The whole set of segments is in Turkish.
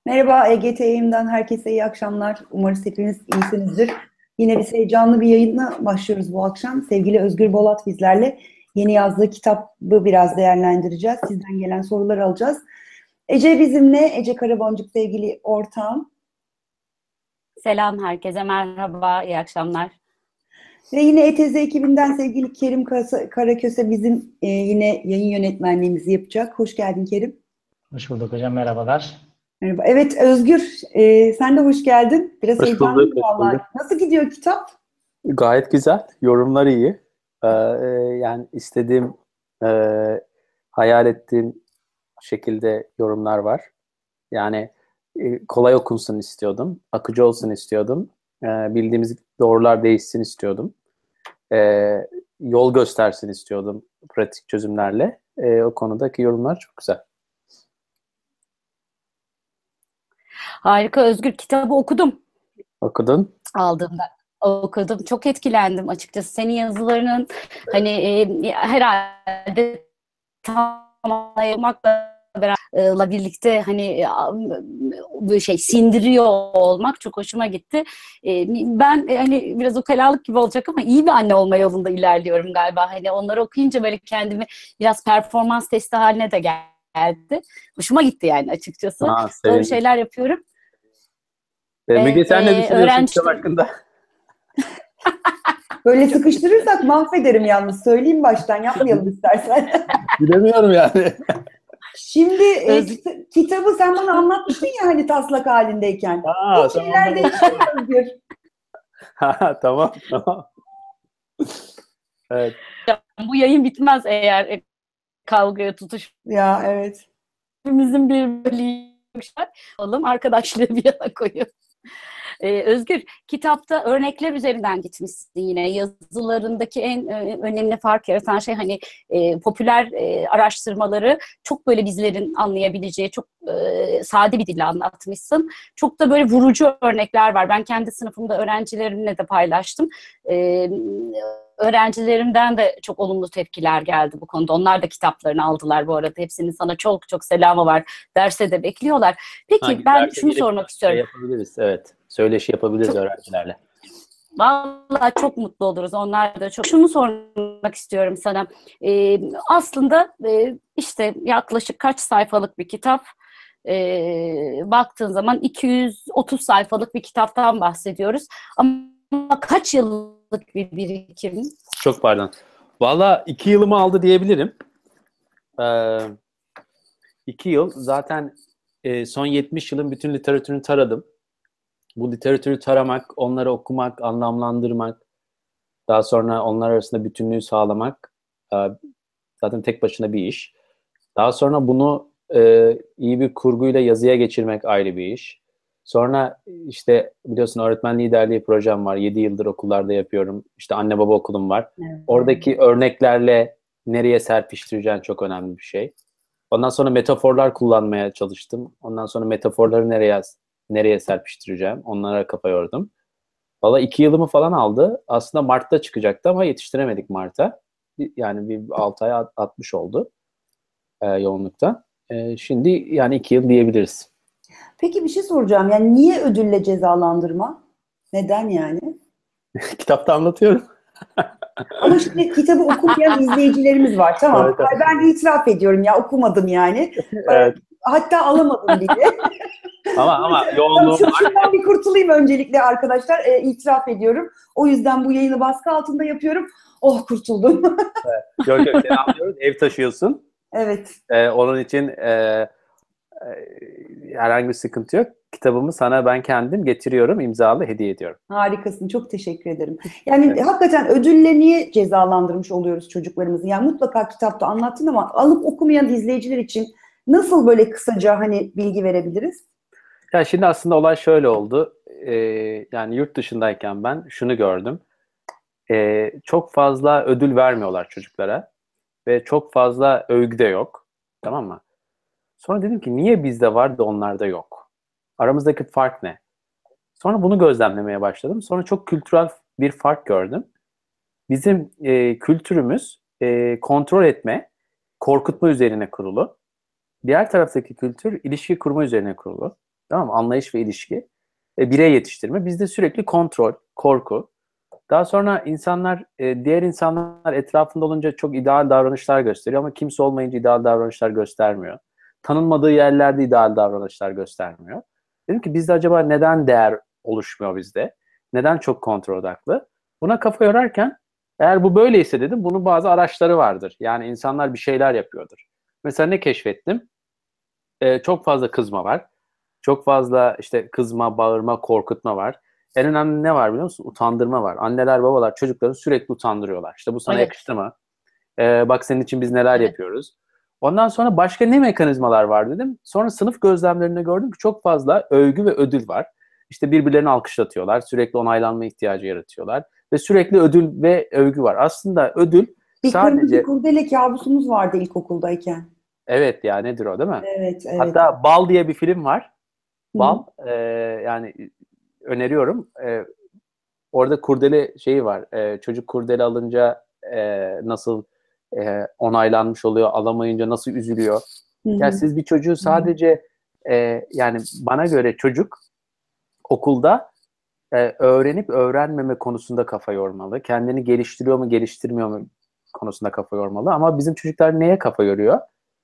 Merhaba EGT'imden herkese iyi akşamlar. Umarız hepiniz iyisinizdir. Yine biz heyecanlı bir yayına başlıyoruz bu akşam. Sevgili Özgür Bolat bizlerle yeni yazdığı kitabı biraz değerlendireceğiz. Sizden gelen soruları alacağız. Ece bizimle, Ece Karaboncuk sevgili ortağım. Selam herkese, merhaba, iyi akşamlar. Ve yine ETZ ekibinden sevgili Kerim Karaköse bizim yine yayın yönetmenliğimizi yapacak. Hoş geldin Kerim. Hoş bulduk hocam, merhabalar. Merhaba. Evet Özgür, sen de hoş geldin. Biraz Hoş bulduk, heyecanlıyım hoş vallahi. bulduk. Nasıl gidiyor kitap? Gayet güzel. Yorumlar iyi. Yani istediğim, e, hayal ettiğim şekilde yorumlar var. Yani kolay okunsun istiyordum. Akıcı olsun istiyordum. Bildiğimiz doğrular değişsin istiyordum. E, Yol göstersin istiyordum pratik çözümlerle. O konudaki yorumlar çok güzel. Harika Özgür, kitabı okudum Okudun. aldığımda. Okudum, çok etkilendim açıkçası. Senin yazılarının hani herhalde tamamlamakla birlikte hani böyle şey sindiriyor olmak çok hoşuma gitti. Ben hani biraz ukalalık gibi olacak ama iyi bir anne olma yolunda ilerliyorum galiba. Hani onları okuyunca böyle kendimi biraz performans testi haline de geldi. Hoşuma gitti yani açıkçası. Aa, Doğru sevindim. şeyler yapıyorum. Müge, sen ne düşünüyorsun kitap Öğrenci hakkında? Böyle sıkıştırırsak mahvederim yalnız. Söyleyeyim baştan yapmayalım istersen. Bilemiyorum yani. Şimdi Öz- kitabı sen bana anlatmıştın ya hani taslak halindeyken. Aa, O tamam şeyler tamam. değişti mi Özgür? Tamam tamam. Evet. bu yayın bitmez eğer kavgaya tutuş. Ya evet. Hepimizin bir bölümü olalım, arkadaşlığı bir yana koyuyoruz. Özgür, kitapta örnekler üzerinden gitmişsin yine. Yazılarındaki en önemli fark yaratan şey hani popüler araştırmaları çok böyle bizlerin anlayabileceği, çok sade bir dille anlatmışsın. Çok da böyle vurucu örnekler var. Ben kendi sınıfımda öğrencilerimle de paylaştım. E, Öğrencilerimden de çok olumlu tepkiler geldi bu konuda. Onlar da kitaplarını aldılar bu arada. Hepsinin sana çok çok selamı var. Derse de bekliyorlar. Peki ben Derse şunu gelip sormak şey istiyorum. yapabiliriz. Evet. Söyleşi yapabiliriz Çok, öğrencilerle. vallahi çok mutlu oluruz. Onlar da çok. Şunu sormak istiyorum sana. Aslında işte yaklaşık kaç sayfalık bir kitap? Baktığın zaman 230 sayfalık bir kitaptan bahsediyoruz. Ama kaç yıllık bir birikim? Çok pardon. Valla 2 yılımı aldı diyebilirim. Ee, 2 yıl. Zaten son 70 yılın bütün literatürünü taradım. Bu literatürü taramak, onları okumak, anlamlandırmak, daha sonra onlar arasında bütünlüğü sağlamak zaten tek başına bir iş. Daha sonra bunu iyi bir kurguyla yazıya geçirmek ayrı bir iş. Sonra işte biliyorsun öğretmen liderliği projem var. 7 yıldır okullarda yapıyorum. İşte anne baba okulum var. Evet. Oradaki örneklerle nereye serpiştireceğin çok önemli bir şey. Ondan sonra metaforlar kullanmaya çalıştım. Ondan sonra metaforları nereye serpiştireceğim? Onlara kafa yordum. Valla 2 yılımı falan aldı. Aslında Mart'ta çıkacaktı ama yetiştiremedik Mart'a. Yani bir 6 ay atmış oldu yoğunlukta. Şimdi yani 2 yıl diyebiliriz. Peki bir şey soracağım. Yani niye ödülle cezalandırma? Neden yani? Kitapta anlatıyorum. Ama şimdi kitabı okumayan izleyicilerimiz var. Tamam. Evet, evet. Ay ben itiraf ediyorum ya okumadım yani. Evet. Hatta alamadım bile. Ama Tamam, yoğunluğum var. şundan bir kurtulayım öncelikle arkadaşlar. İtiraf ediyorum. O yüzden bu yayını baskı altında yapıyorum. Oh kurtuldum. Yok yok, seni anlıyoruz. Ev taşıyorsun. Evet. Onun için herhangi bir sıkıntı yok. Kitabımı sana ben kendim getiriyorum, imzalı hediye ediyorum. Harikasın. Çok teşekkür ederim. Yani Evet. hakikaten ödülle niye cezalandırmış oluyoruz çocuklarımızı? Yani mutlaka kitapta anlattın ama alıp okumayan izleyiciler için nasıl böyle kısaca hani bilgi verebiliriz? Ya şimdi aslında olay şöyle oldu. Yani yurt dışındayken ben şunu gördüm. Çok fazla ödül vermiyorlar çocuklara ve çok fazla övgü de yok. Tamam mı? Sonra dedim ki niye bizde var da onlarda yok? Aramızdaki fark ne? Sonra bunu gözlemlemeye başladım. Sonra çok kültürel bir fark gördüm. Bizim kültürümüz kontrol etme, korkutma üzerine kurulu. Diğer taraftaki kültür ilişki kurma üzerine kurulu. Tamam mı? Anlayış ve ilişki. Birey yetiştirme. Bizde sürekli kontrol, korku. Daha sonra insanlar, diğer insanlar etrafında olunca çok ideal davranışlar gösteriyor ama kimse olmayınca ideal davranışlar göstermiyor. Tanınmadığı yerlerde ideal davranışlar göstermiyor. Dedim ki bizde acaba neden değer oluşmuyor bizde? Neden çok kontrol odaklı? Buna kafa yorarken eğer bu böyleyse dedim bunun bazı araçları vardır. Yani insanlar bir şeyler yapıyordur. Mesela ne keşfettim? Çok fazla kızma var. Çok fazla işte kızma, bağırma, korkutma var. En önemli ne var biliyor musun? Utandırma var. Anneler, babalar çocukları sürekli utandırıyorlar. İşte bu sana Evet. yakıştı mı? Bak senin için biz neler Evet. yapıyoruz. Ondan sonra başka ne mekanizmalar var dedim. Sonra sınıf gözlemlerinde gördüm ki çok fazla övgü ve ödül var. İşte birbirlerini alkışlatıyorlar. Sürekli onaylanma ihtiyacı yaratıyorlar. Ve sürekli ödül ve övgü var. Aslında ödül Bir kırmızı sadece... kurdele kabusumuz vardı ilkokuldayken. Evet ya nedir o değil mi? Evet, evet. Hatta Bal diye bir film var. Hı. Bal yani öneriyorum. Orada kurdele şeyi var. Çocuk kurdele alınca nasıl onaylanmış oluyor, alamayınca nasıl üzülüyor. Hı Ya hı. siz bir çocuğu sadece yani bana göre çocuk okulda öğrenip öğrenmeme konusunda kafa yormalı. Kendini geliştiriyor mu, geliştirmiyor mu konusunda kafa yormalı. Ama bizim çocuklar neye kafa yoruyor?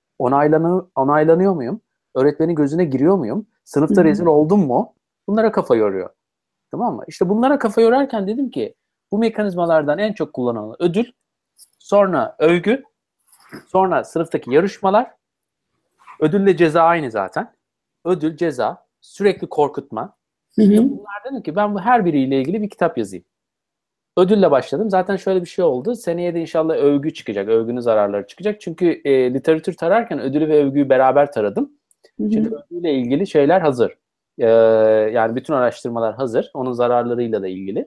Onaylanıyor muyum? Öğretmenin gözüne giriyor muyum? Hı Sınıfta hı. rezil oldum mu? Bunlara kafa yoruyor. Tamam mı? İşte bunlara kafa yorarken dedim ki bu mekanizmalardan en çok kullanılan ödül, sonra övgü, sonra sınıftaki yarışmalar, ödülle ceza aynı zaten. Ödül, ceza, sürekli korkutma. Hı Ve hı. bunlar dedim ki ben bu her biriyle ilgili bir kitap yazayım. Ödülle başladım. Zaten şöyle bir şey oldu. Seneye de inşallah övgü çıkacak. Övgünün zararları çıkacak. Çünkü literatür tararken ödülü ve övgüyü beraber taradım. Hı Şimdi hı. ödülle ilgili şeyler hazır. Yani bütün araştırmalar hazır. Onun zararlarıyla da ilgili.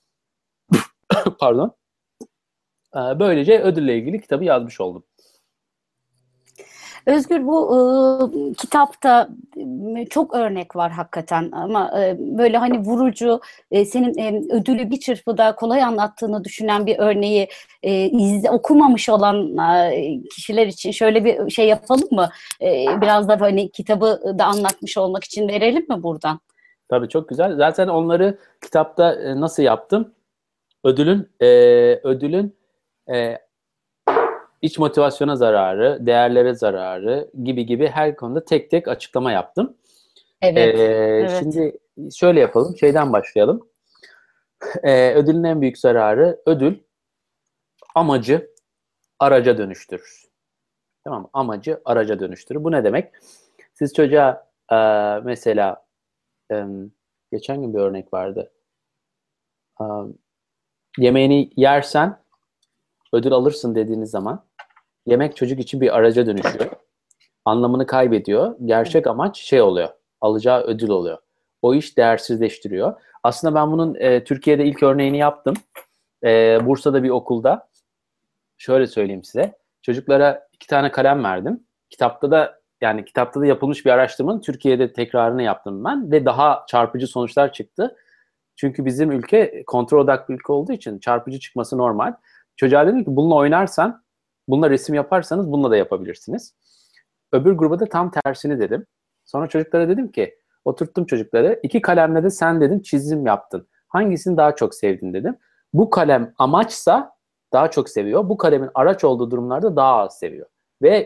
Pardon. Böylece ödülle ilgili kitabı yazmış oldum. Özgür, bu kitapta çok örnek var hakikaten ama böyle hani vurucu, senin ödülü bir çırpıda kolay anlattığını düşünen bir örneği okumamış olan kişiler için şöyle bir şey yapalım mı? Biraz da hani kitabı da anlatmış olmak için verelim mi buradan? Tabii çok güzel. Zaten onları kitapta nasıl yaptım? Ödülün e, iç motivasyona zararı, değerlere zararı gibi her konuda tek tek açıklama yaptım. Evet, evet. Şimdi şöyle yapalım. Şeyden başlayalım. Ödülün en büyük zararı, ödül amacı araca dönüştürür. Tamam mı? Amacı araca dönüştürür. Bu ne demek? Siz çocuğa mesela e, geçen gün bir örnek vardı. E, Yemeğini yersen ödül alırsın dediğiniz zaman yemek çocuk için bir araca dönüşüyor. Anlamını kaybediyor. Gerçek amaç şey oluyor. Alacağı ödül oluyor. O iş değersizleştiriyor. Aslında ben bunun Türkiye'de ilk örneğini yaptım. Bursa'da bir okulda. Şöyle söyleyeyim size. Çocuklara 2 tane kalem verdim. Kitapta da yapılmış bir araştırmanın Türkiye'de tekrarını yaptım ben ve daha çarpıcı sonuçlar çıktı. Çünkü bizim ülke kontrol odaklı ülke olduğu için çarpıcı çıkması normal. Çocuğa dedim ki bununla oynarsan, bununla resim yaparsanız bununla da yapabilirsiniz. Öbür gruba da tam tersini dedim. Sonra çocuklara dedim ki, oturttum çocukları. 2 kalemle de sen dedim çizim yaptın. Hangisini daha çok sevdin dedim. Bu kalem amaçsa daha çok seviyor. Bu kalemin araç olduğu durumlarda daha az seviyor. Ve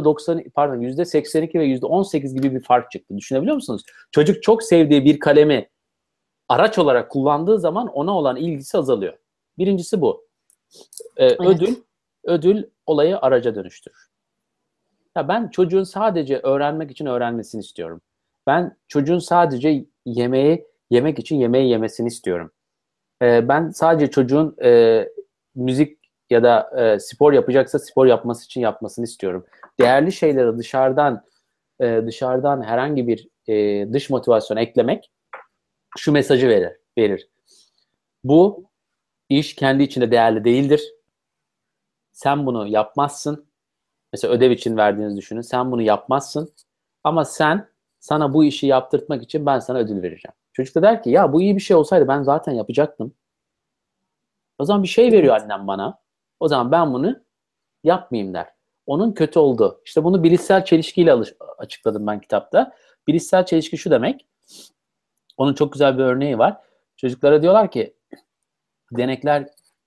%82 ve %18 gibi bir fark çıktı. Düşünebiliyor musunuz? Çocuk çok sevdiği bir kalemi araç olarak kullandığı zaman ona olan ilgisi azalıyor. Birincisi bu. Evet. Ödül olayı araca dönüştürür. Ya ben çocuğun sadece öğrenmek için öğrenmesini istiyorum. Ben çocuğun sadece yemek için yemeği yemesini istiyorum. Ben sadece çocuğun müzik ya da spor yapacaksa spor yapması için yapmasını istiyorum. Değerli şeyleri dışarıdan herhangi bir dış motivasyon eklemek şu mesajı verir. Bu iş kendi içinde değerli değildir. Sen bunu yapmazsın. Mesela ödev için verdiğinizi düşünün. Sen bunu yapmazsın. Ama sana bu işi yaptırtmak için ben sana ödül vereceğim. Çocuk da der ki ya bu iyi bir şey olsaydı ben zaten yapacaktım. O zaman bir şey veriyor Evet. annem bana. O zaman ben bunu yapmayayım der. Onun kötü oldu. İşte bunu bilişsel çelişkiyle açıkladım ben kitapta. Bilişsel çelişki şu demek. Onun çok güzel bir örneği var. Çocuklara diyorlar ki denekler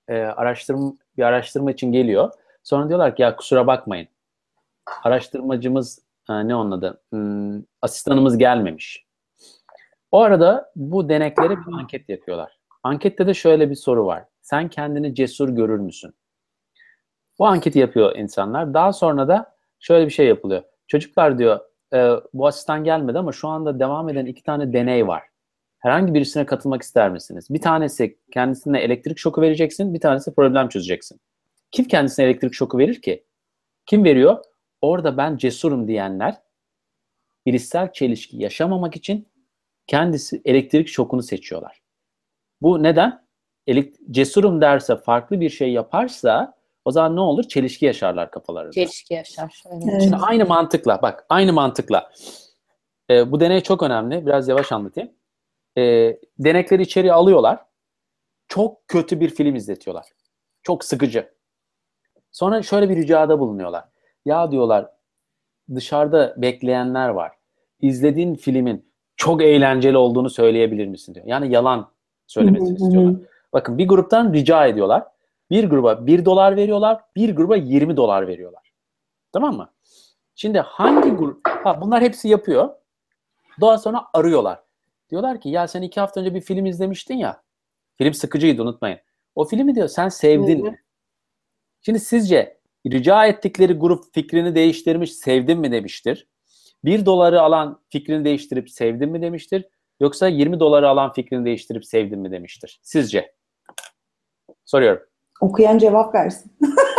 bir araştırma için geliyor. Sonra diyorlar ki ya kusura bakmayın. Araştırmacımız ne onun adı? Asistanımız gelmemiş. O arada bu deneklere bir anket yapıyorlar. Ankette de şöyle bir soru var. Sen kendini cesur görür müsün? Bu anketi yapıyor insanlar. Daha sonra da şöyle bir şey yapılıyor. Çocuklar diyor bu asistan gelmedi ama şu anda devam eden 2 tane deney var. Herhangi birisine katılmak ister misiniz? Bir tanesi kendisine elektrik şoku vereceksin, bir tanesi problem çözeceksin. Kim kendisine elektrik şoku verir ki? Kim veriyor? Orada ben cesurum diyenler bilişsel çelişki yaşamamak için kendisi elektrik şokunu seçiyorlar. Bu neden? Cesurum derse, farklı bir şey yaparsa o zaman ne olur? Çelişki yaşarlar kafalarında. Çelişki yaşar. Evet. Şimdi aynı mantıkla, bak aynı mantıkla. Bu deney çok önemli. Biraz yavaş anlatayım. Denekleri içeriye alıyorlar. Çok kötü bir film izletiyorlar. Çok sıkıcı. Sonra şöyle bir ricada bulunuyorlar. Ya diyorlar, dışarıda bekleyenler var. İzlediğin filmin çok eğlenceli olduğunu söyleyebilir misin diyor. Yani yalan söylemesini istiyorlar. Bakın bir gruptan rica ediyorlar. Bir gruba $1 veriyorlar. Bir gruba $20 veriyorlar. Tamam mı? Şimdi hangi grup? Bunlar hepsi yapıyor. Daha sonra arıyorlar. Diyorlar ki ya sen 2 hafta önce bir film izlemiştin ya. Film sıkıcıydı, unutmayın. O filmi diyor sen sevdin mi? Şimdi sizce rica ettikleri grup fikrini değiştirmiş, sevdin mi demiştir? $1 alan fikrini değiştirip sevdin mi demiştir? Yoksa $20 alan fikrini değiştirip sevdin mi demiştir? Sizce? Soruyorum. Okuyan cevap versin.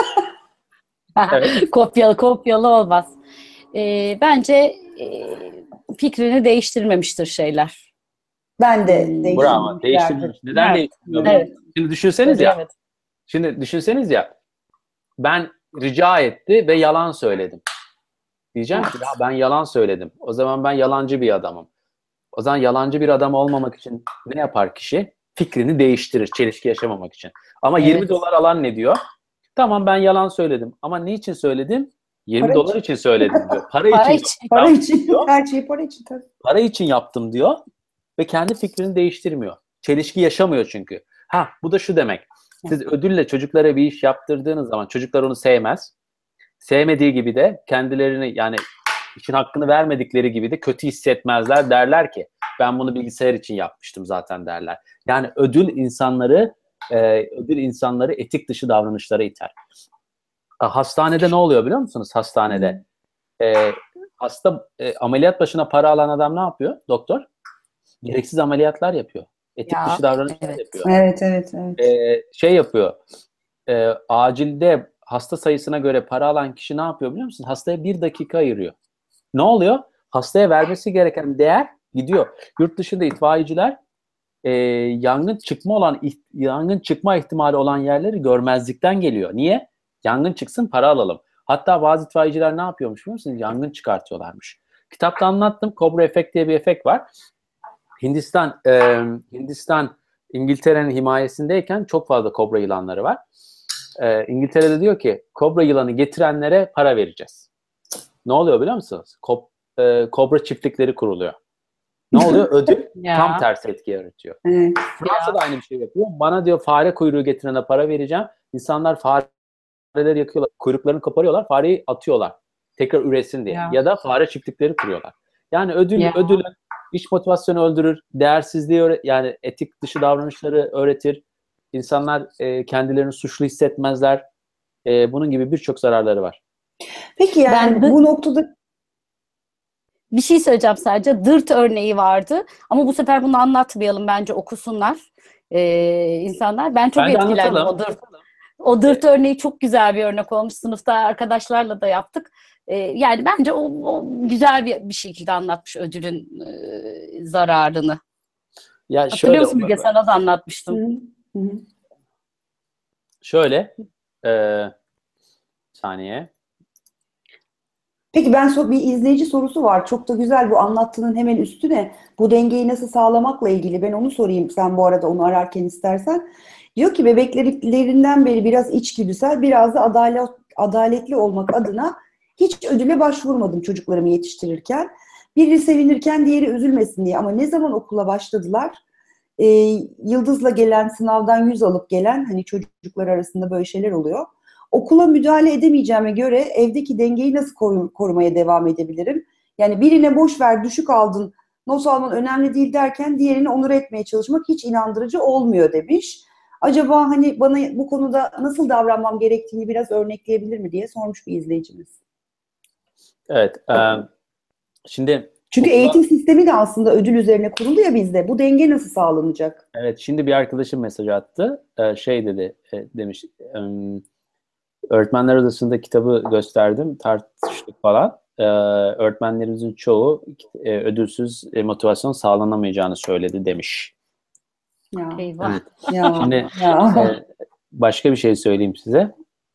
Evet. Kopyalı olmaz. Bence fikrini değiştirmemiştir şeyler. Ben de değiştirdim. Bravo. Değiştirmemiş. Neden değiştirmiyor? Evet. Şimdi düşünseniz ya. Evet. Şimdi düşünseniz ya. Ben rica etti ve yalan söyledim. Diyeceğim ki ya ben yalan söyledim. O zaman ben yalancı bir adamım. O zaman yalancı bir adam olmamak için ne yapar kişi? Fikrini değiştirir çelişki yaşamamak için. Ama Evet. $20 alan ne diyor? Tamam ben yalan söyledim. Ama ne için söyledim? $20 için söyledim diyor. Para için. Para için. Diyor. Her şeyi para için tabii. Para için yaptım diyor. Ve kendi fikrini değiştirmiyor. Çelişki yaşamıyor çünkü. Bu da şu demek. Siz ödülle çocuklara bir iş yaptırdığınız zaman çocuklar onu sevmez. Sevmediği gibi de kendilerini yani için hakkını vermedikleri gibi de kötü hissetmezler. Derler ki ben bunu bilgisayar için yapmıştım zaten derler. Yani ödül insanları etik dışı davranışlara iter. Hastanede ne oluyor biliyor musunuz? Hastanede hasta ameliyat başına para alan adam ne yapıyor? Doktor gereksiz ameliyatlar yapıyor. Etik dışı davranışlar yapıyor. Evet. Şey yapıyor. Acilde hasta sayısına göre para alan kişi ne yapıyor biliyor musun? Hastaya 1 dakika ayırıyor. Ne oluyor? Hastaya vermesi gereken değer gidiyor. Yurt dışında itfaiyeciler yangın çıkma ihtimali olan yerleri görmezlikten geliyor. Niye? Yangın çıksın para alalım. Hatta bazı itfaiyeciler ne yapıyormuş biliyor musunuz? Yangın çıkartıyorlarmış. Kitapta anlattım. Kobra efekt diye bir efekt var. Hindistan İngiltere'nin himayesindeyken çok fazla kobra yılanları var. İngiltere'de diyor ki kobra yılanı getirenlere para vereceğiz. Ne oluyor biliyor musunuz? Kobra çiftlikleri kuruluyor. Ne oluyor? Ödül tam tersi etki yaratıyor. Evet. Fransa da aynı bir şey yapıyor. Bana diyor fare kuyruğu getirene para vereceğim. İnsanlar fareleri yakıyorlar. Kuyruklarını koparıyorlar. Fareyi atıyorlar. Tekrar üretsin diye. Ya da fare çiftlikleri kuruyorlar. Yani ödülün iç motivasyonu öldürür. Değersizliği yani etik dışı davranışları öğretir. İnsanlar kendilerini suçlu hissetmezler. Bunun gibi birçok zararları var. Peki yani bu noktada bir şey söyleyeceğim sadece. Dırt örneği vardı. Ama bu sefer bunu anlatmayalım. Bence okusunlar insanlar. Ben çok etkilendim o dırt. O dırt örneği çok güzel bir örnek olmuş. Sınıfta arkadaşlarla da yaptık. Yani bence o güzel bir şekilde anlatmış ödülün zararını. Ya hatırlıyor musun Müge? Sana da anlatmıştım. Şöyle saniye. Peki bir izleyici sorusu var. Çok da güzel bu anlattığının hemen üstüne. Bu dengeyi nasıl sağlamakla ilgili. Ben onu sorayım. Sen bu arada onu ararken istersen. Diyor ki bebeklerinden beri biraz içgüdüsel, biraz da adaletli olmak adına hiç ödüle başvurmadım çocuklarımı yetiştirirken. biri sevinirken diğeri üzülmesin diye. Ama ne zaman okula başladılar, e, yıldızla gelen, sınavdan 100 alıp gelen, hani çocuklar arasında böyle şeyler oluyor. Okula müdahale edemeyeceğime göre evdeki dengeyi nasıl korumaya devam edebilirim? Yani birine boş ver, düşük aldın, not alman önemli değil derken diğerini onur etmeye çalışmak hiç inandırıcı olmuyor demiş. Acaba hani bana bu konuda nasıl davranmam gerektiğini biraz örnekleyebilir mi diye sormuş bir izleyicimiz. Evet. Şimdi Çünkü okula, eğitim sistemi de aslında ödül üzerine kurulu ya bizde. Bu denge nasıl sağlanacak? evet, şimdi bir arkadaşım mesaj attı. Şey dedi, demiş, öğretmenler odasında kitabı gösterdim, tartıştık falan. Öğretmenlerimizin çoğu ödülsüz motivasyon sağlanamayacağını söyledi demiş. Ya, Eyvah. Evet. ya, Şimdi ya. başka bir şey söyleyeyim size.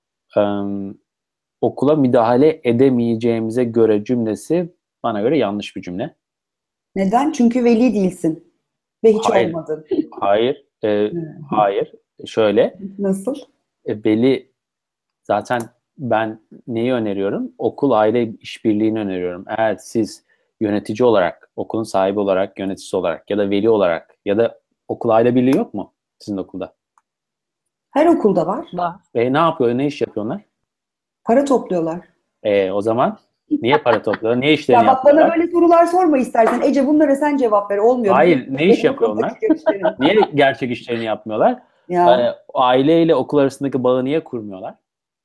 Okula müdahale edemeyeceğimize göre cümlesi bana göre yanlış bir cümle. Neden? Çünkü veli değilsin ve hiç Hayır, olmadın. hayır, hayır. Şöyle, Nasıl? veli zaten ben neyi öneriyorum? Okul aile işbirliğini öneriyorum. Eğer siz yönetici olarak, okulun sahibi olarak, yöneticisi olarak ya da veli olarak ya da okul aile birliği yok mu sizin okulda? Her okulda var. Var. Ne yapıyor, ne iş yapıyorlar? Para topluyorlar. O zaman niye para topluyorlar? Niye işlerini Ya bak, bana yapmıyorlar? böyle sorular sorma istersen. Ece, bunlara sen cevap ver. Olmuyor. Hayır, ne iş Benim yapıyor onlar? okuldaki görüşlerim. Niye gerçek işlerini yapmıyorlar? Ya. Aileyle okul arasındaki bağı niye kurmuyorlar?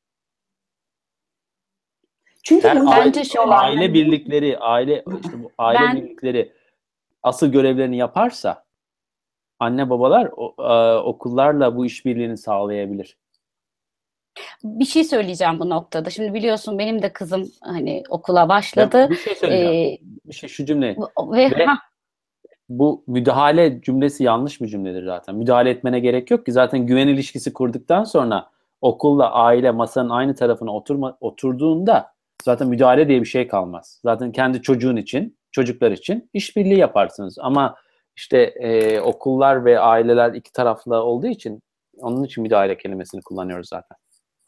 Çünkü Her hoca Bence şöyle. aile birlikleri, işte bu aile Ben birlikleri asıl görevlerini yaparsa anne babalar okullarla bu işbirliğini sağlayabilir. bir şey söyleyeceğim bu noktada. Şimdi biliyorsun benim de kızım hani okula Ben başladı. bir şey söyleyeceğim. Şu cümle Ve ve bu müdahale cümlesi yanlış bir cümledir zaten. Müdahale etmene gerek yok ki. Zaten güven ilişkisi kurduktan sonra okulla aile masanın aynı tarafına oturduğunda zaten müdahale diye bir şey kalmaz. Zaten kendi çocuğun için, çocuklar için işbirliği yaparsınız. Ama işte okullar ve aileler iki taraflı olduğu için onun için müdahale kelimesini kullanıyoruz zaten.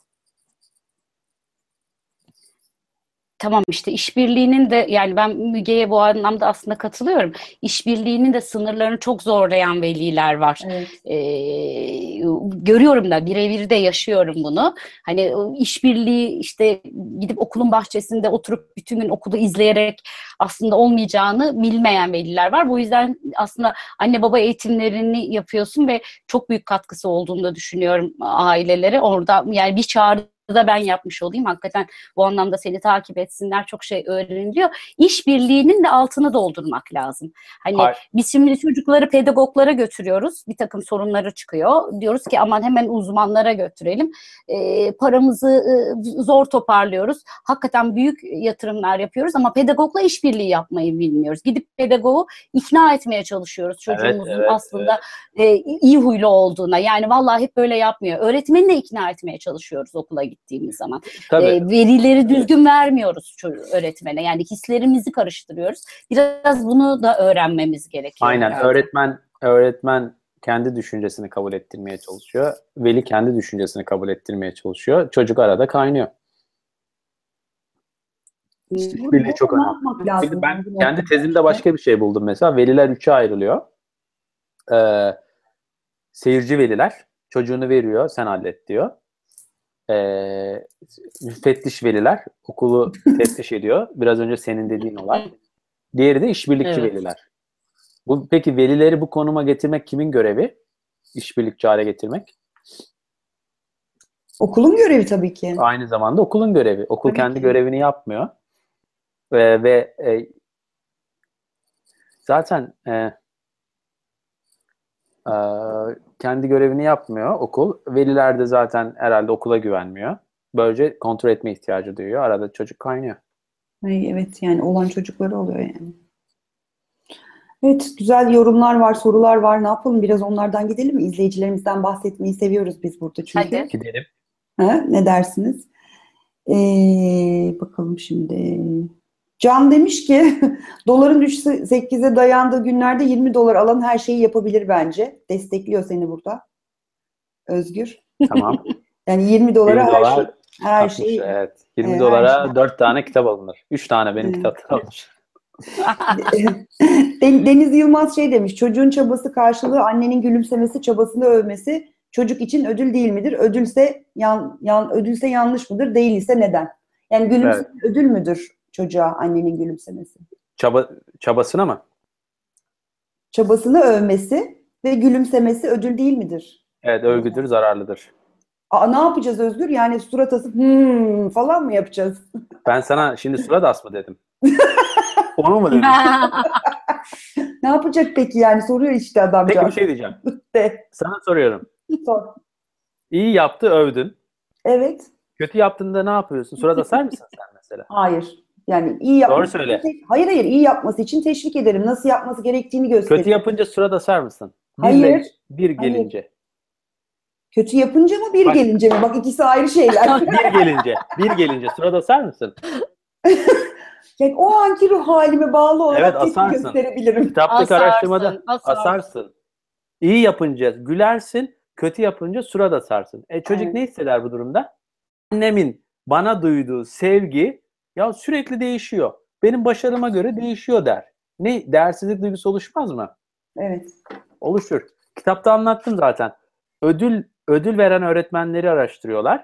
tamam, işte işbirliğinin de, yani ben Müge'ye bu anlamda aslında katılıyorum. İşbirliğinin de sınırlarını çok zorlayan veliler var. evet. Görüyorum da, birebir de yaşıyorum bunu. Hani işbirliği, işte gidip okulun bahçesinde oturup bütün gün okulu izleyerek aslında olmayacağını bilmeyen veliler var. Bu yüzden aslında anne baba eğitimlerini yapıyorsun ve çok büyük katkısı olduğunu da düşünüyorum ailelere. Orada yani bir çağrı da ben yapmış olayım. Hakikaten bu anlamda seni takip etsinler, çok şey öğreniliyor. İşbirliğinin de altını doldurmak lazım. Hani biz şimdi çocukları pedagoglara götürüyoruz. Bir takım sorunları çıkıyor. Diyoruz ki aman hemen uzmanlara götürelim. Paramızı zor toparlıyoruz. Hakikaten büyük yatırımlar yapıyoruz ama pedagogla işbirliği yapmayı bilmiyoruz. Gidip pedagogu ikna etmeye çalışıyoruz çocuğumuzun aslında iyi huylu olduğuna. Yani vallahi hep böyle yapmıyor. Öğretmeni de ikna etmeye çalışıyoruz okula gittiğimiz zaman. Verileri düzgün vermiyoruz öğretmene. Yani hislerimizi karıştırıyoruz. Biraz bunu da öğrenmemiz gerekiyor. Aynen. Herhalde. Öğretmen kendi düşüncesini kabul ettirmeye çalışıyor. Veli kendi düşüncesini kabul ettirmeye çalışıyor. Çocuk arada kaynıyor. İşbirliği çok önemli. Şimdi ben kendi tezimde başka bir şey buldum mesela. Veliler üçe ayrılıyor. Seyirci veliler. Çocuğunu veriyor, sen hallet diyor. Müfettiş veliler. Okulu teftiş ediyor. Biraz önce senin dediğin olay. Diğeri de işbirlikçi veliler. Peki velileri bu konuma getirmek kimin görevi? İşbirlikçi hale getirmek. Okulun görevi tabii ki. Aynı zamanda okulun görevi. Okul Tabii kendi ki. görevini yapmıyor. Ve zaten kendi görevini yapmıyor okul. Veliler de zaten herhalde okula güvenmiyor. Böylece kontrol etme ihtiyacı duyuyor. Arada çocuk kaynıyor. Evet, yani olan çocukları oluyor yani. Evet, güzel yorumlar var, sorular var. Ne yapalım? Biraz onlardan gidelim mi? İzleyicilerimizden bahsetmeyi seviyoruz biz burada çünkü. Hadi. Gidelim. Ne dersiniz? Bakalım şimdi. Can demiş ki doların 3.8'e dayandığı günlerde 20 dolar alan her şeyi yapabilir bence. Destekliyor seni burada. Özgür. Tamam. Yani 20 dolara 20 dolar her 60, şey. evet. 20 her dolara şey. 4 tane kitap alınır. 3 tane benim kitaptan alınır. Deniz Yılmaz şey demiş, çocuğun çabası karşılığı annenin gülümsemesi, çabasını övmesi çocuk için ödül değil midir? Ödülse yanlış mıdır? Değilse neden? Yani gülümseme Evet. ödül müdür çocuğa annenin gülümsemesi? Çabasına mı? Çabasını övmesi ve gülümsemesi ödül değil midir? Evet, övgüdür, zararlıdır. Ne yapacağız Özgür? Yani surat asıp falan mı yapacağız? Ben sana şimdi surat asma dedim. Onu mu dedim? Ne yapacak peki yani? Soruyor işte Peki bir adamcağız. şey diyeceğim. De. Sana soruyorum. Sor. İyi yaptı, övdün. Evet. Kötü yaptığında ne yapıyorsun? Surat asar mısın sen mesela? Hayır. Yani iyi Doğru yapması söyle. hayır, iyi yapması için teşvik ederim. Nasıl yapması gerektiğini Kötü gösteririm. yapınca surat asar mısın? Hayır. Bir Hayır. gelince. Kötü yapınca mı bir Bak. gelince mi? Bak ikisi ayrı şeyler. Bir gelince surat asar mısın? Yani o anki ruh halime bağlı olarak Evet, tepki asarsın. gösterebilirim. Kitaptaki araştırmada asarsın. asarsın. İyi yapınca gülersin, kötü yapınca surat asarsın. Çocuk Evet. ne hisseder bu durumda? Annemin bana duyduğu sevgi ya sürekli değişiyor. Benim başarıma göre değişiyor der. Ne? Değersizlik duygusu oluşmaz mı? Evet. Oluşur. Kitapta anlattım zaten. Ödül veren öğretmenleri araştırıyorlar.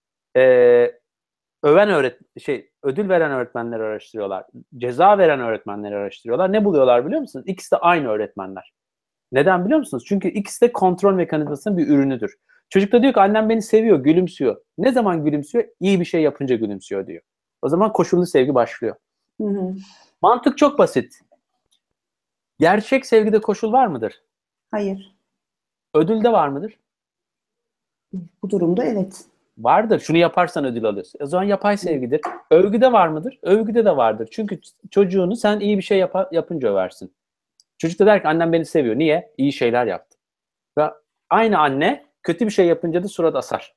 Ödül veren öğretmenleri araştırıyorlar. Ceza veren öğretmenleri araştırıyorlar. Ne buluyorlar biliyor musunuz? İkisi de aynı öğretmenler. Neden biliyor musunuz? Çünkü ikisi de kontrol mekanizmasının bir ürünüdür. Çocuk da diyor ki annem beni seviyor, gülümsüyor. Ne zaman gülümsüyor? İyi bir şey yapınca gülümsüyor diyor. O zaman koşullu sevgi başlıyor. Hı hı. Mantık çok basit. Gerçek sevgide koşul var mıdır? Hayır. Ödülde var mıdır? Bu durumda evet. Vardır. Şunu yaparsan ödül alıyorsun. O zaman yapay sevgidir. Övgüde var mıdır? Övgüde de vardır. Çünkü çocuğunu sen iyi bir şey yapınca översin. Çocuk da der ki annem beni seviyor. Niye? İyi şeyler yaptı. Ve aynı anne kötü bir şey yapınca da surat asar.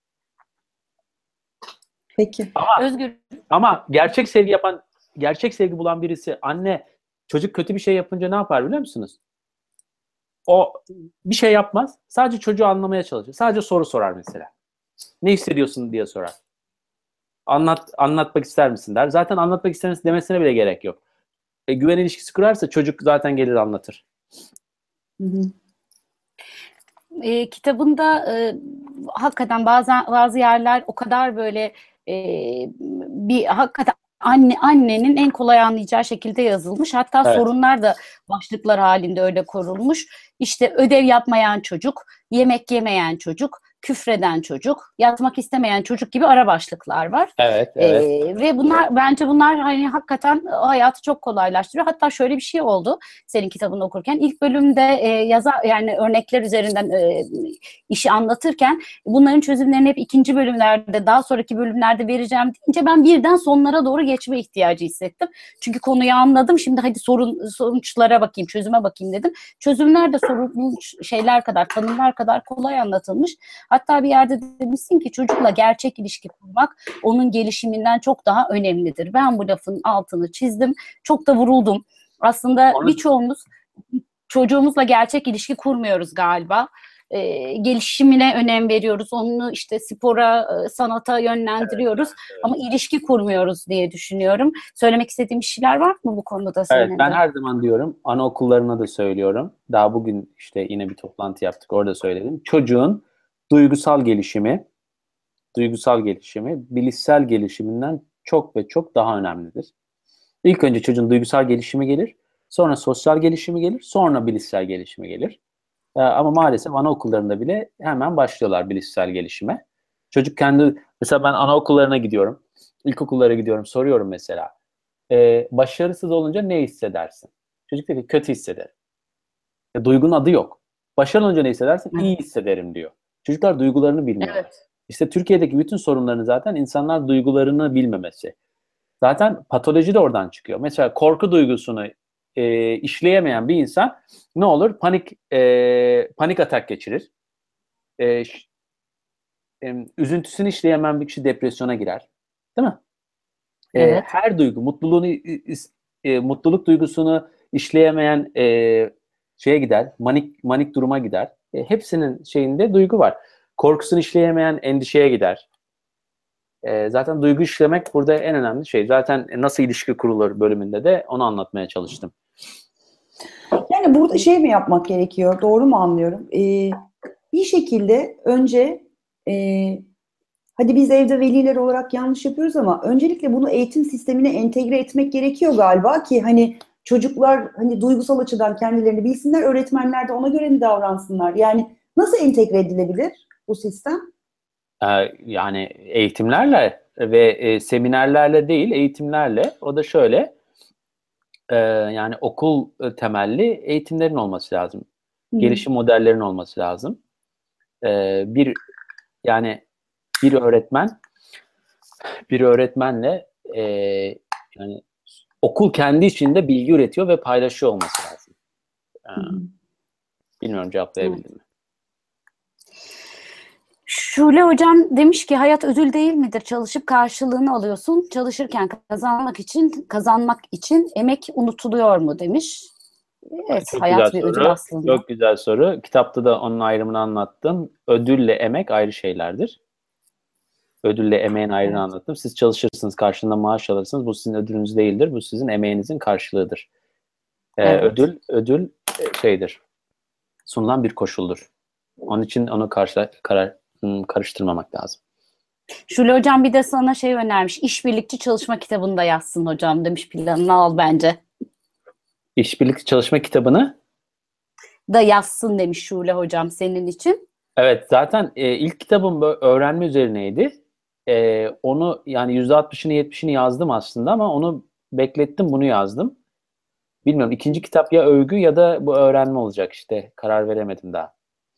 Peki. Özgür. Ama gerçek sevgi bulan birisi anne çocuk kötü bir şey yapınca ne yapar biliyor musunuz? O bir şey yapmaz. Sadece çocuğu anlamaya çalışır. Sadece soru sorar mesela. Ne hissediyorsun diye sorar. Anlatmak ister misin der. Zaten anlatmak ister misin demesine bile gerek yok. Güven ilişkisi kurarsa çocuk zaten gelir anlatır. Hı hı. Kitabında hakikaten bazı yerler o kadar böyle bir hakikaten annenin en kolay anlayacağı şekilde yazılmış. Hatta Evet. sorunlar da başlıklar halinde öyle korulmuş. İşte ödev yapmayan çocuk, yemek yemeyen çocuk, küfreden çocuk, yatmak istemeyen çocuk gibi ara başlıklar var. Evet. Ve bence bunlar hani hakikaten hayatı çok kolaylaştırıyor. Hatta şöyle bir şey oldu senin kitabını okurken. İlk bölümde yani örnekler üzerinden işi anlatırken bunların çözümlerini hep ikinci bölümlerde, daha sonraki bölümlerde vereceğim deyince ben birden sonlara doğru geçme ihtiyacı hissettim. Çünkü konuyu anladım. Şimdi hadi sonuçlara bakayım, çözüme bakayım dedim. Çözümler de sorulmuş şeyler kadar, tanımlar kadar kolay anlatılmış. Hatta bir yerde demişsin ki çocukla gerçek ilişki kurmak onun gelişiminden çok daha önemlidir. Ben bu lafın altını çizdim. Çok da vuruldum. Aslında birçoğumuz çocuğumuzla gerçek ilişki kurmuyoruz galiba. Gelişimine önem veriyoruz. Onu işte spora, sanata yönlendiriyoruz. Evet. Ama ilişki kurmuyoruz diye düşünüyorum. Söylemek istediğim şeyler var mı bu konuda senin Evet, ben her zaman diyorum, anaokullarına da söylüyorum. Daha bugün işte yine bir toplantı yaptık, orada söyledim. Çocuğun duygusal gelişimi, bilişsel gelişiminden çok ve çok daha önemlidir. İlk önce çocuğun duygusal gelişimi gelir, sonra sosyal gelişimi gelir, sonra bilişsel gelişimi gelir. Ama maalesef anaokullarında bile hemen başlıyorlar bilişsel gelişime. Çocuk mesela ben anaokullarına gidiyorum, ilkokullara gidiyorum, soruyorum mesela. Başarısız olunca ne hissedersin? Çocuk diyor ki kötü hissederim. Duygunun adı yok. Başarılı olunca ne hissedersin? İyi hissederim diyor. Çocuklar duygularını bilmiyorlar. Evet. İşte Türkiye'deki bütün sorunların zaten insanlar duygularını bilmemesi. Zaten patoloji de oradan çıkıyor. Mesela korku duygusunu işleyemeyen bir insan ne olur? Panik atak geçirir. Üzüntüsünü işleyemeyen bir kişi depresyona girer. Değil mi? Evet. Her duygu, mutluluk duygusunu işleyemeyen şeye gider, manik duruma gider. Hepsinin şeyinde duygu var. Korkusunu işleyemeyen endişeye gider. Zaten duygu işlemek burada en önemli şey. Zaten nasıl ilişki kurulur bölümünde de onu anlatmaya çalıştım. Yani burada şey mi yapmak gerekiyor? Doğru mu anlıyorum? Bir şekilde önce hadi biz evde veliler olarak yanlış yapıyoruz ama öncelikle bunu eğitim sistemine entegre etmek gerekiyor galiba ki hani çocuklar hani duygusal açıdan kendilerini bilsinler, öğretmenler de ona göre mi davransınlar? Yani nasıl entegre edilebilir bu sistem? Yani eğitimlerle ve seminerlerle değil, eğitimlerle. O da şöyle, yani okul temelli eğitimlerin olması lazım. Gelişim modellerinin olması lazım. Bir yani bir öğretmenle yani okul kendi içinde bilgi üretiyor ve paylaşıyor olması lazım. Bilmiyorum cevaplayabildim mi? Şule hocam demiş ki hayat ödül değil midir? Çalışıp karşılığını alıyorsun. Çalışırken kazanmak için emek unutuluyor mu demiş. Evet, Çok hayat güzel bir ödül soru. aslında. Çok güzel soru. Kitapta da onun ayrımını anlattım. Ödülle emek ayrı şeylerdir. Ödülle emeğin ayrını anlattım. Siz çalışırsınız, karşılığında maaş alırsınız. Bu sizin ödülünüz değildir. Bu sizin emeğinizin karşılığıdır. Evet. Ödül şeydir. Sunulan bir koşuldur. Onun için onu karıştırmamak lazım. Şule hocam bir de sana şey önermiş. İşbirlikçi çalışma kitabını da yazsın hocam demiş, planını al bence. İşbirlikçi çalışma kitabını Da yazsın demiş Şule hocam senin için. evet, zaten ilk kitabım öğrenme üzerineydi. Onu yani %60'ını 70'ini yazdım aslında ama onu beklettim, bunu yazdım. Bilmiyorum, ikinci kitap ya övgü ya da bu öğrenme olacak işte. Karar veremedim daha.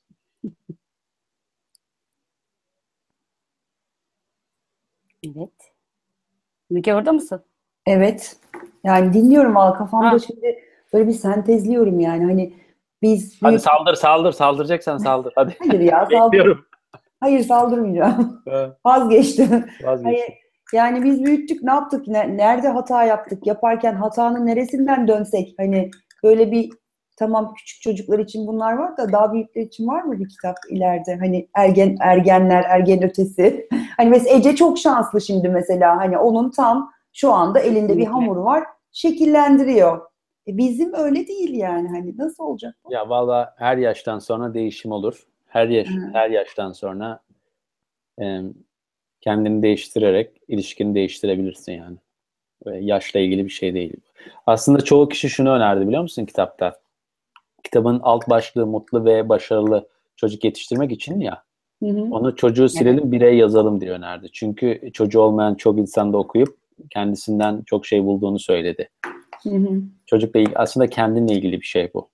Evet. Müge orada mısın? Evet. Yani dinliyorum valla kafamda Ha. şimdi böyle bir sentezliyorum yani hani biz Hadi büyük... saldıracaksan saldır hadi. Hayır ya Bekliyorum. Hayır saldırmayacağım. Evet, Vazgeçtim. Hayır, vazgeçtim. yani biz büyüttük ne yaptık? Nerede hata yaptık? Yaparken hatanın neresinden dönsek? Hani böyle bir tamam küçük çocuklar için bunlar var da daha büyükler için var mı bir kitap ileride? Hani ergenler, ergen ötesi. Hani mesela Ece çok şanslı şimdi mesela. Hani onun tam şu anda elinde bir Kesinlikle. hamur var. Şekillendiriyor. Bizim öyle değil yani. Hani nasıl olacak bu? Ya valla her yaştan sonra değişim olur. Her yaştan sonra e, kendini değiştirerek ilişkini değiştirebilirsin yani. Ve yaşla ilgili bir şey değil. Aslında çoğu kişi şunu önerdi biliyor musun kitapta? Kitabın alt başlığı mutlu ve başarılı çocuk yetiştirmek için ya. Hı hı. Onu çocuğu silelim, bireye yazalım diye önerdi. Çünkü çocuğu olmayan çok insan da okuyup kendisinden çok şey bulduğunu söyledi. Hı hı. Çocukla ilgili, aslında kendinle ilgili bir şey bu.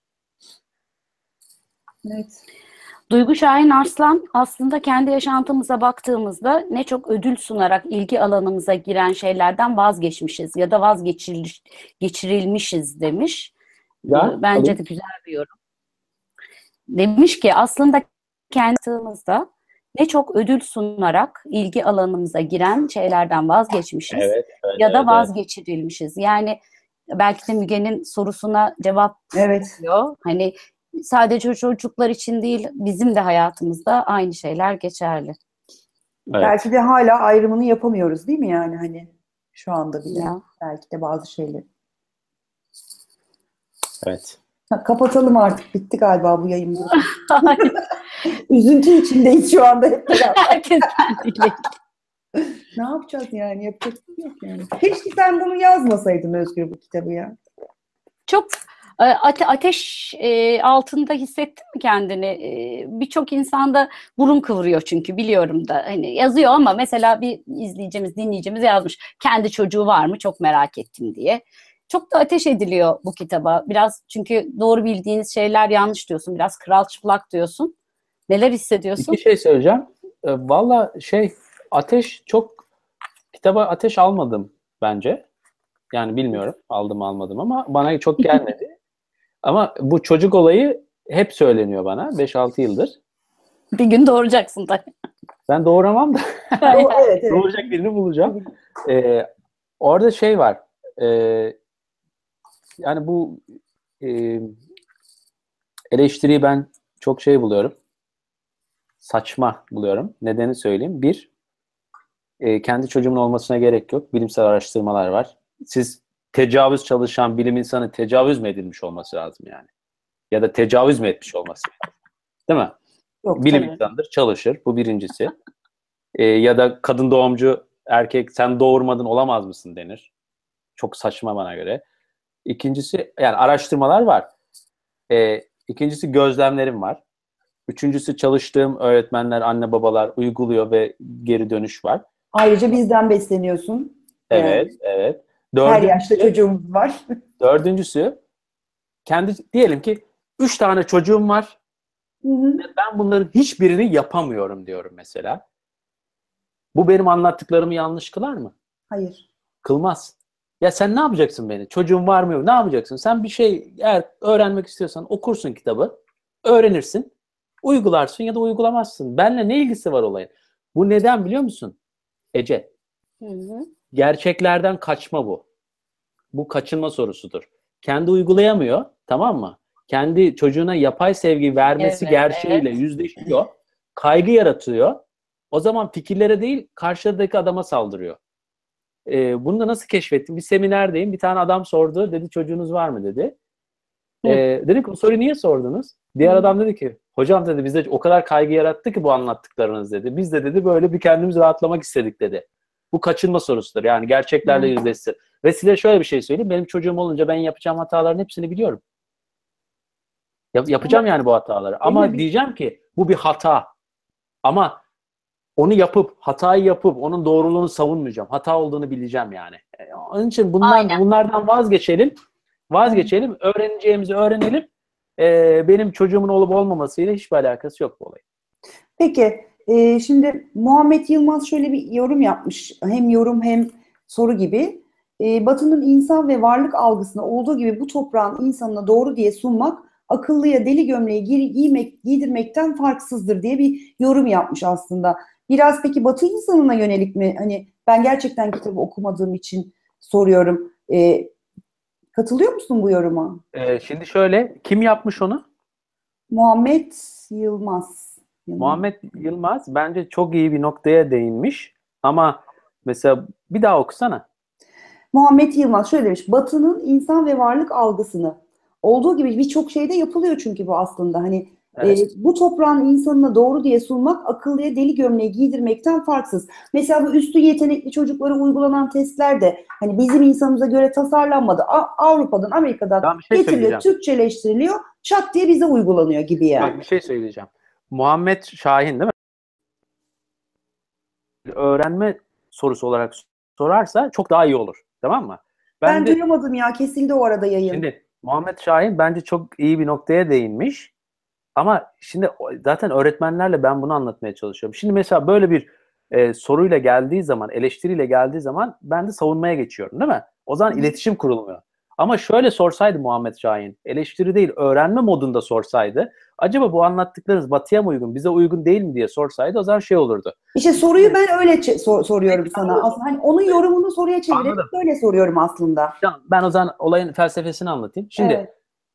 Evet. Duygu Şahin Arslan aslında kendi yaşantımıza baktığımızda ne çok ödül sunarak ilgi alanımıza giren şeylerden vazgeçmişiz ya da vazgeçirilmişiz demiş. Ya, Bence alayım. de güzel bir yorum. Demiş ki aslında kendi hayatımızda ne çok ödül sunarak ilgi alanımıza giren şeylerden vazgeçmişiz Evet, ya da evet. vazgeçirilmişiz. Yani belki de Müge'nin sorusuna cevap Evet. oluyor. Hani sadece çocuklar için değil, bizim de hayatımızda aynı şeyler geçerli. Evet. Belki de hala ayrımını yapamıyoruz değil mi yani hani şu anda bile Ya. belki de bazı şeyleri. Evet. Kapatalım artık. Bitti galiba bu yayın. Hayır, Üzüntü içindeyiz şu anda hep beraber. herkes kendiyle. Ne yapacağız yani? Yapacak bir şey yok yani. Keşke sen bunu yazmasaydın Özgür bu kitabı ya. Çok ateş altında hissettin mi kendini? Birçok insanda burun kıvırıyor çünkü biliyorum da hani yazıyor ama mesela bir dinleyicimiz yazmış. Kendi çocuğu var mı? Çok merak ettim diye. Çok da ateş ediliyor bu kitaba. Biraz çünkü doğru bildiğiniz şeyler yanlış diyorsun. Biraz kral çıplak diyorsun. Neler hissediyorsun? İki şey söyleyeceğim. Valla kitaba ateş almadım bence. Yani bilmiyorum aldım almadım ama bana çok gelmedi. Ama bu çocuk olayı hep söyleniyor bana 5-6 yıldır. Bir gün doğuracaksın tabii. Ben doğuramam da Evet, evet. doğuracak birini bulacağım. Orada şey var. Yani bu e, eleştiriyi ben çok şey buluyorum. Saçma buluyorum. Nedeni söyleyeyim. Bir, Kendi çocuğumun olmasına gerek yok. Bilimsel araştırmalar var. Siz tecavüz çalışan bilim insanı tecavüz mü edilmiş olması lazım yani? Ya da tecavüz mü etmiş olması lazım? Değil mi? Yok Bilim tabii. insanıdır, çalışır. Bu birincisi. Ya da kadın doğumcu erkek sen doğurmadın olamaz mısın denir. Çok saçma bana göre. İkincisi yani araştırmalar var. İkincisi gözlemlerim var. Üçüncüsü çalıştığım öğretmenler, anne babalar uyguluyor ve geri dönüş var. Ayrıca bizden besleniyorsun. Evet, evet. Her yaşta çocuğumuz var. Dördüncüsü diyelim ki 3 tane çocuğum var. Hı hı. Ben bunların hiçbirini yapamıyorum diyorum mesela. Bu benim anlattıklarımı yanlış kılar mı? Hayır. Kılmaz. Ya sen ne yapacaksın beni? Çocuğun var mı yok? Ne yapacaksın? Sen bir şey eğer öğrenmek istiyorsan okursun kitabı, öğrenirsin, uygularsın ya da uygulamazsın. Benimle ne ilgisi var olayın? Bu neden biliyor musun? Ece. Hı hı. Gerçeklerden kaçma bu. Bu kaçınma sorusudur. Kendi uygulayamıyor, tamam mı? Kendi çocuğuna yapay sevgi vermesi Evet, gerçeğiyle evet. yüzleşiyor. Kaygı yaratıyor. O zaman fikirlere değil, karşıdaki adama saldırıyor. Bunu da nasıl keşfettim? Bir seminerdeyim. Bir tane adam sordu. Dedi çocuğunuz var mı dedi. Dedim ki bu soruyu niye sordunuz? Diğer adam dedi ki hocam dedi bizde o kadar kaygı yarattı ki bu anlattıklarınız dedi. Biz de dedi böyle bir kendimizi rahatlamak istedik dedi. Bu kaçınma sorusudur. Yani gerçeklerle yüzleşsin. Ve size şöyle bir şey söyleyeyim. Benim çocuğum olunca ben yapacağım hataların hepsini biliyorum. Yapacağım yani bu hataları. Ama diyeceğim ki bu bir hata. Ama onu hatayı yapıp onun doğruluğunu savunmayacağım. Hata olduğunu bileceğim yani. Onun için bunlardan vazgeçelim. Vazgeçelim. Öğreneceğimizi öğrenelim. Benim çocuğumun olup olmamasıyla hiçbir alakası yok bu olayın. Peki, şimdi Muhammed Yılmaz şöyle bir yorum yapmış. Hem yorum hem soru gibi. Batı'nın insan ve varlık algısına olduğu gibi bu toprağın insanına doğru diye sunmak, akıllıya deli gömleği giydirmekten farksızdır diye bir yorum yapmış aslında. Biraz peki Batı insanına yönelik mi? Hani ben gerçekten kitabı okumadığım için soruyorum. Katılıyor musun bu yoruma? Şimdi şöyle, kim yapmış onu? Muhammed Yılmaz. Muhammed Yılmaz bence çok iyi bir noktaya değinmiş. Ama mesela bir daha okusana. Muhammed Yılmaz şöyle demiş. Batı'nın insan ve varlık algısını olduğu gibi birçok şeyde yapılıyor çünkü bu aslında. Hani Evet. bu toprağın insanına doğru diye sunmak akıllıya deli gömleği giydirmekten farksız. Mesela bu üstün yetenekli çocuklara uygulanan testler de hani bizim insanımıza göre tasarlanmadı. Avrupa'dan, Amerika'dan Ben bir şey getiriliyor, söyleyeceğim. Türkçeleştiriliyor, çat diye bize uygulanıyor gibi yani. Bak bir şey söyleyeceğim. Muhammed Şahin değil mi? Öğrenme sorusu olarak sorarsa çok daha iyi olur. Tamam mı? Ben duyamadım ya, kesildi o arada yayın. Şimdi Muhammed Şahin bence çok iyi bir noktaya değinmiş. Ama şimdi zaten öğretmenlerle ben bunu anlatmaya çalışıyorum. Şimdi mesela böyle bir soruyla geldiği zaman, eleştiriyle geldiği zaman ben de savunmaya geçiyorum değil mi? O zaman iletişim kurulmuyor. Ama şöyle sorsaydı Muhammed Şahin, eleştiri değil öğrenme modunda sorsaydı, acaba bu anlattıklarınız Batı'ya mı uygun, bize uygun değil mi diye sorsaydı o zaman şey olurdu. İşte soruyu ben öyle soruyorum sana. Aslında hani onun yorumunu soruya çevirip böyle soruyorum aslında. Ben o zaman olayın felsefesini anlatayım. Şimdi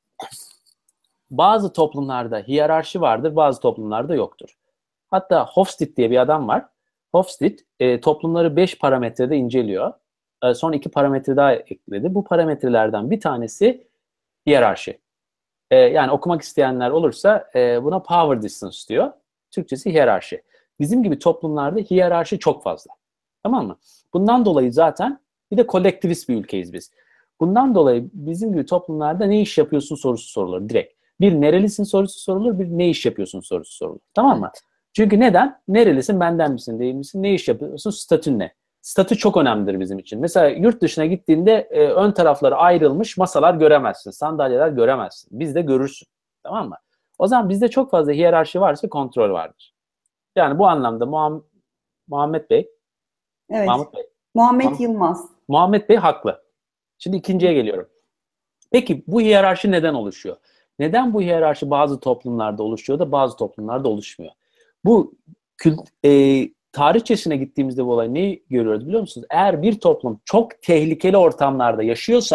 bazı toplumlarda hiyerarşi vardır, bazı toplumlarda yoktur. Hatta Hofstede diye bir adam var. Hofstede toplumları 5 parametrede inceliyor. Son 2 parametre daha ekledi. Bu parametrelerden bir tanesi hiyerarşi. Yani okumak isteyenler olursa buna power distance diyor. Türkçesi hiyerarşi. Bizim gibi toplumlarda hiyerarşi çok fazla. Tamam mı? Bundan dolayı zaten bir de kolektivist bir ülkeyiz biz. Bundan dolayı bizim gibi toplumlarda ne iş yapıyorsun sorusu sorulur direkt. Bir nerelisin sorusu sorulur, bir ne iş yapıyorsun sorusu sorulur. Tamam mı? Çünkü neden? Nerelisin, benden misin, değil misin? Ne iş yapıyorsun, statün ne? Statü çok önemlidir bizim için. Mesela yurt dışına gittiğinde ön tarafları ayrılmış masalar göremezsin, sandalyeler göremezsin. Bizde görürsün. Tamam mı? O zaman bizde çok fazla hiyerarşi varsa kontrol vardır. Yani bu anlamda Muhammed Bey, evet. Muhammed Yılmaz. Muhammed Bey haklı. Şimdi ikinciye geliyorum. Peki bu hiyerarşi neden oluşuyor? Neden bu hiyerarşi bazı toplumlarda oluşuyor da bazı toplumlarda oluşmuyor? Bu tarihçesine gittiğimizde bu olay neyi görüyoruz biliyor musunuz? Eğer bir toplum çok tehlikeli ortamlarda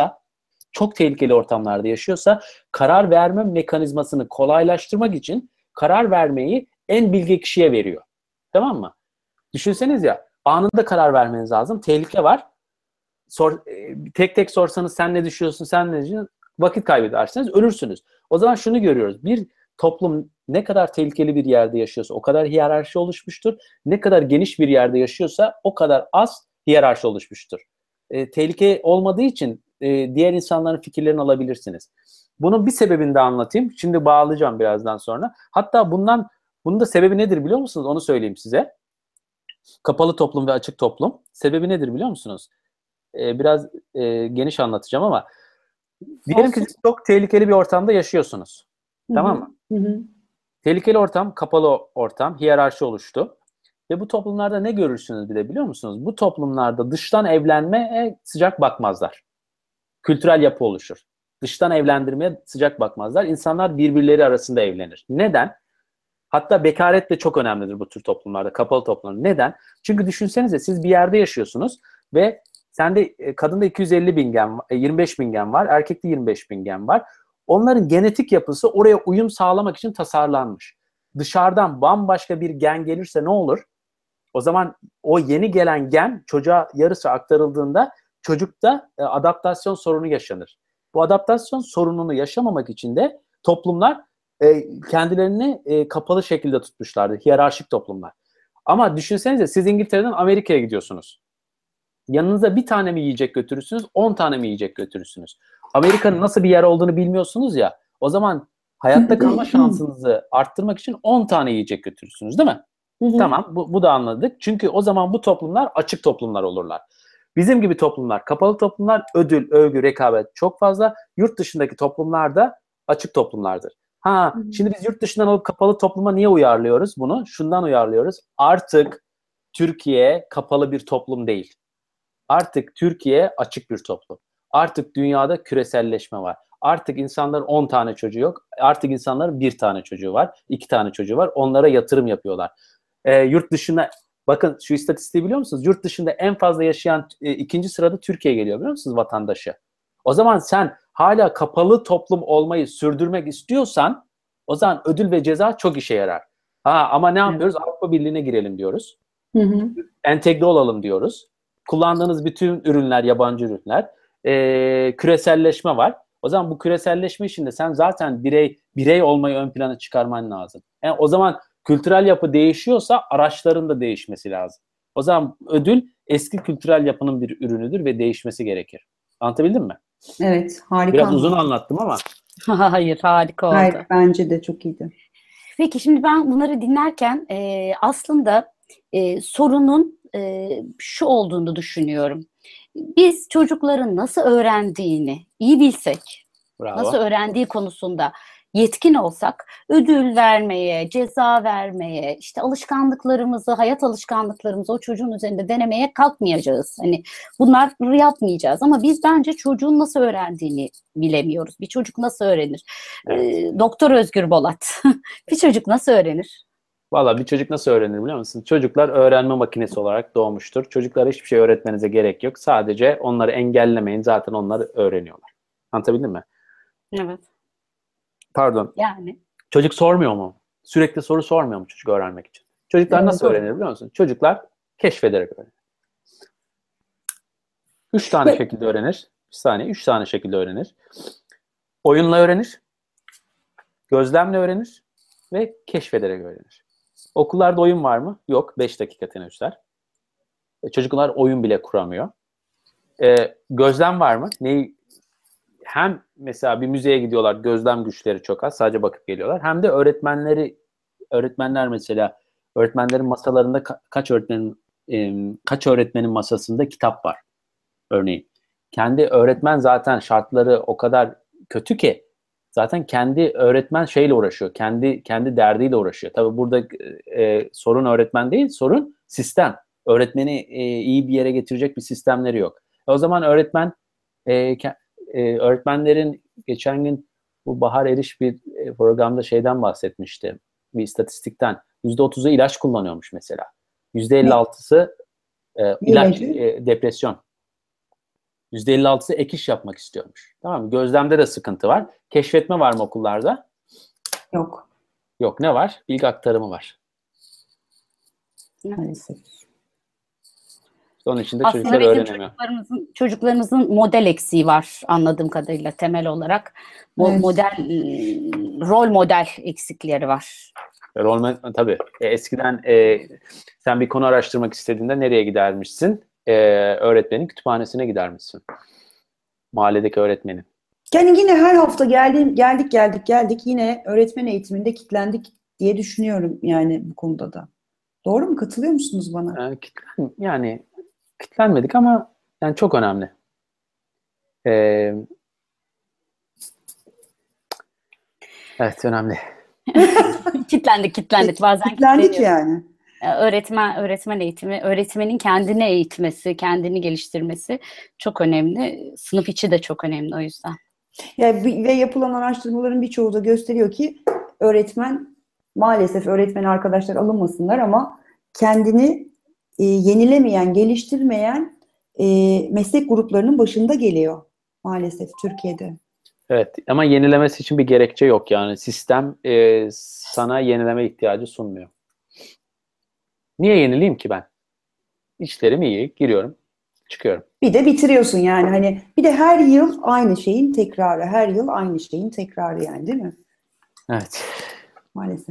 yaşıyorsa, karar verme mekanizmasını kolaylaştırmak için karar vermeyi en bilge kişiye veriyor. Tamam mı? Düşünseniz ya, anında karar vermeniz lazım. Tehlike var. Tek tek sorsanız sen ne düşünüyorsun, sen ne düşünüyorsun? Vakit kaybedersiniz, ölürsünüz. O zaman şunu görüyoruz. Bir toplum ne kadar tehlikeli bir yerde yaşıyorsa o kadar hiyerarşi oluşmuştur. Ne kadar geniş bir yerde yaşıyorsa o kadar az hiyerarşi oluşmuştur. Tehlike olmadığı için diğer insanların fikirlerini alabilirsiniz. Bunun bir sebebini de anlatayım. Şimdi bağlayacağım birazdan sonra. Hatta bunun da sebebi nedir biliyor musunuz? Onu söyleyeyim size. Kapalı toplum ve açık toplum. Sebebi nedir biliyor musunuz? Biraz geniş anlatacağım ama diyelim ki siz çok tehlikeli bir ortamda yaşıyorsunuz. Tamam mı? Hı. Tehlikeli ortam, kapalı ortam, hiyerarşi oluştu. Ve bu toplumlarda ne görürsünüz bir de biliyor musunuz? Bu toplumlarda dıştan evlenmeye sıcak bakmazlar. Kültürel yapı oluşur. Dıştan evlendirmeye sıcak bakmazlar. İnsanlar birbirleri arasında evlenir. Neden? Hatta bekaret de çok önemlidir bu tür toplumlarda, kapalı toplumlarda. Neden? Çünkü düşünsenize siz bir yerde yaşıyorsunuz ve kadında 250 bin gen, 25 bin gen var, erkekte 25 bin gen var. Onların genetik yapısı oraya uyum sağlamak için tasarlanmış. Dışarıdan bambaşka bir gen gelirse ne olur? O zaman o yeni gelen gen çocuğa yarısı aktarıldığında çocukta adaptasyon sorunu yaşanır. Bu adaptasyon sorununu yaşamamak için de toplumlar kendilerini kapalı şekilde tutmuşlardı. Hiyerarşik toplumlar. Ama düşünsenize siz İngiltere'den Amerika'ya gidiyorsunuz. Yanınıza bir tane mi yiyecek götürürsünüz, 10 tane mi yiyecek götürürsünüz? Amerika'nın nasıl bir yer olduğunu bilmiyorsunuz ya. O zaman hayatta kalma şansınızı arttırmak için 10 tane yiyecek götürürsünüz değil mi? Tamam, bu da anladık. Çünkü o zaman bu toplumlar açık toplumlar olurlar. Bizim gibi toplumlar, kapalı toplumlar, ödül, övgü, rekabet çok fazla. Yurt dışındaki toplumlar da açık toplumlardır. Şimdi biz yurt dışından alıp kapalı topluma niye uyarlıyoruz bunu? Şundan uyarlıyoruz. Artık Türkiye kapalı bir toplum değil. Artık Türkiye açık bir toplum. Artık dünyada küreselleşme var. Artık insanların 10 tane çocuğu yok. Artık insanların 1 tane çocuğu var. 2 tane çocuğu var. Onlara yatırım yapıyorlar. Yurt dışında bakın şu istatistiği biliyor musunuz? Yurt dışında en fazla yaşayan ikinci sırada Türkiye geliyor biliyor musunuz vatandaşı? O zaman sen hala kapalı toplum olmayı sürdürmek istiyorsan o zaman ödül ve ceza çok işe yarar. Ama ne yapıyoruz? Avrupa Birliği'ne girelim diyoruz. Entegre olalım diyoruz. Kullandığınız bütün ürünler yabancı ürünler. Küreselleşme var. O zaman bu küreselleşme işinde sen zaten birey olmayı ön plana çıkarman lazım. Yani o zaman kültürel yapı değişiyorsa araçların da değişmesi lazım. O zaman ödül eski kültürel yapının bir ürünüdür ve değişmesi gerekir. Anlatabildim mi? Evet, harika. Biraz uzun anlattım ama. Hayır, harika oldu. Hayır, bence de çok iyiydi. Peki şimdi ben bunları dinlerken aslında sorunun şu olduğunu düşünüyorum. Biz çocukların nasıl öğrendiğini iyi bilsek, Bravo. nasıl öğrendiği konusunda yetkin olsak ödül vermeye, ceza vermeye, işte alışkanlıklarımızı, hayat alışkanlıklarımızı o çocuğun üzerinde denemeye kalkmayacağız. Hani bunları yapmayacağız ama biz bence çocuğun nasıl öğrendiğini bilemiyoruz. Bir çocuk nasıl öğrenir? Evet. Doktor Özgür Bolat, bir çocuk nasıl öğrenir? Valla bir çocuk nasıl öğrenir biliyor musun? Çocuklar öğrenme makinesi olarak doğmuştur. Çocuklara hiçbir şey öğretmenize gerek yok. Sadece onları engellemeyin. Zaten onları öğreniyorlar. Anlatabildim mi? Evet. Pardon. Yani. Çocuk sormuyor mu? Sürekli soru sormuyor mu çocuk öğrenmek için? Çocuklar nasıl öğrenir biliyor musun? Çocuklar keşfederek öğrenir. 3 tane şekilde öğrenir. Bir saniye. 3 tane şekilde öğrenir. Oyunla öğrenir. Gözlemle öğrenir. Ve keşfederek öğrenir. Okullarda oyun var mı? Yok. 5 dakika teneffüsler. Çocuklar oyun bile kuramıyor. Gözlem var mı? Hem mesela bir müzeye gidiyorlar, gözlem güçleri çok az, sadece bakıp geliyorlar. Hem de öğretmenler mesela, öğretmenlerin masalarında kaç öğretmenin masasında kitap var örneğin. Kendi öğretmen zaten şartları o kadar kötü ki zaten kendi öğretmen şeyle uğraşıyor, kendi derdiyle uğraşıyor. Tabii burada sorun öğretmen değil, sorun sistem. Öğretmeni iyi bir yere getirecek bir sistemleri yok. O zaman öğretmenlerin geçen gün bu Bahar Eriş bir programda şeyden bahsetmişti. Bir istatistikten. %30'u ilaç kullanıyormuş mesela. %56'sı ilaç, depresyon. %56'sı ek iş yapmak istiyormuş. Tamam mı? Gözlemde de sıkıntı var. Keşfetme var mı okullarda? Yok. Yok. Ne var? Bilgi aktarımı var. Maalesef. Onun için de Aslında çocuklar bizim öğrenemiyor. çocuklarımızın model eksiği var anladığım kadarıyla temel olarak. Evet. Rol model eksikleri var. Tabii. Eskiden sen bir konu araştırmak istediğinde nereye gidermişsin? Öğretmenin kütüphanesine gidermişsin. Mahalledeki öğretmenin. Yani yine her hafta geldik yine öğretmen eğitiminde kilitlendik diye düşünüyorum yani bu konuda da. Doğru mu? Katılıyor musunuz bana? Yani kitlenmedik ama yani çok önemli. Evet, önemli. Kitlendik. Bazen Kilitlendik kilitleniyoruz. yani. Öğretmen eğitimi, öğretmenin kendini eğitmesi, kendini geliştirmesi çok önemli. Sınıf içi de çok önemli o yüzden. Ve yapılan araştırmaların birçoğu da gösteriyor ki maalesef öğretmen arkadaşlar alınmasınlar ama kendini yenilemeyen, geliştirmeyen meslek gruplarının başında geliyor maalesef Türkiye'de. Evet, ama yenilemesi için bir gerekçe yok yani. Sistem sana yenileme ihtiyacı sunmuyor. Niye yenileyim ki ben? İşlerim iyi, giriyorum, çıkıyorum. Bir de bitiriyorsun yani hani bir de her yıl aynı şeyin tekrarı yani değil mi? Evet. Maalesef.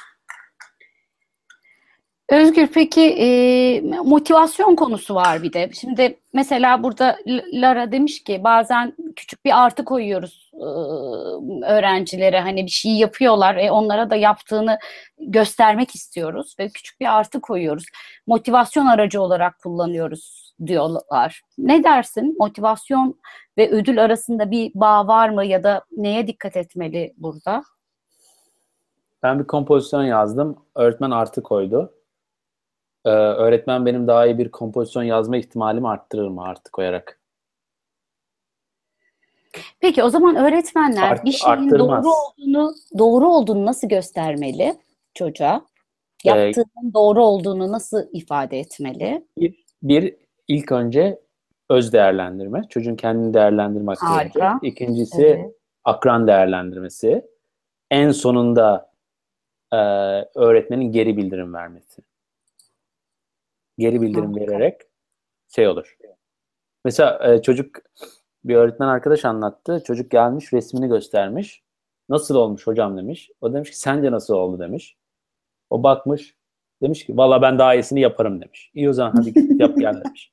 Özgür, peki motivasyon konusu var bir de. Şimdi mesela burada Lara demiş ki bazen küçük bir artı koyuyoruz öğrencilere. Hani bir şey yapıyorlar, onlara da yaptığını göstermek istiyoruz ve küçük bir artı koyuyoruz. Motivasyon aracı olarak kullanıyoruz diyorlar. Ne dersin? Motivasyon ve ödül arasında bir bağ var mı ya da neye dikkat etmeli burada? Ben bir kompozisyon yazdım. Öğretmen artı koydu. Öğretmen benim daha iyi bir kompozisyon yazma ihtimalimi arttırır mı artı koyarak? Peki o zaman öğretmenler bir şeyin Arttırmaz. doğru olduğunu nasıl göstermeli çocuğa? Ee, Yaptığının doğru olduğunu nasıl ifade etmeli? ilk önce öz değerlendirme. Çocuğun kendini değerlendirme hakkı verecek. Harika. İkincisi Evet. akran değerlendirmesi. En sonunda öğretmenin geri bildirim vermesi. Geri bildirim Harika. vererek olur. Mesela bir öğretmen arkadaş anlattı. Çocuk gelmiş, resmini göstermiş. Nasıl olmuş hocam demiş. O demiş ki sence nasıl oldu demiş. O bakmış. Demiş ki valla ben daha iyisini yaparım demiş. İyi o zaman hadi git yap gel demiş.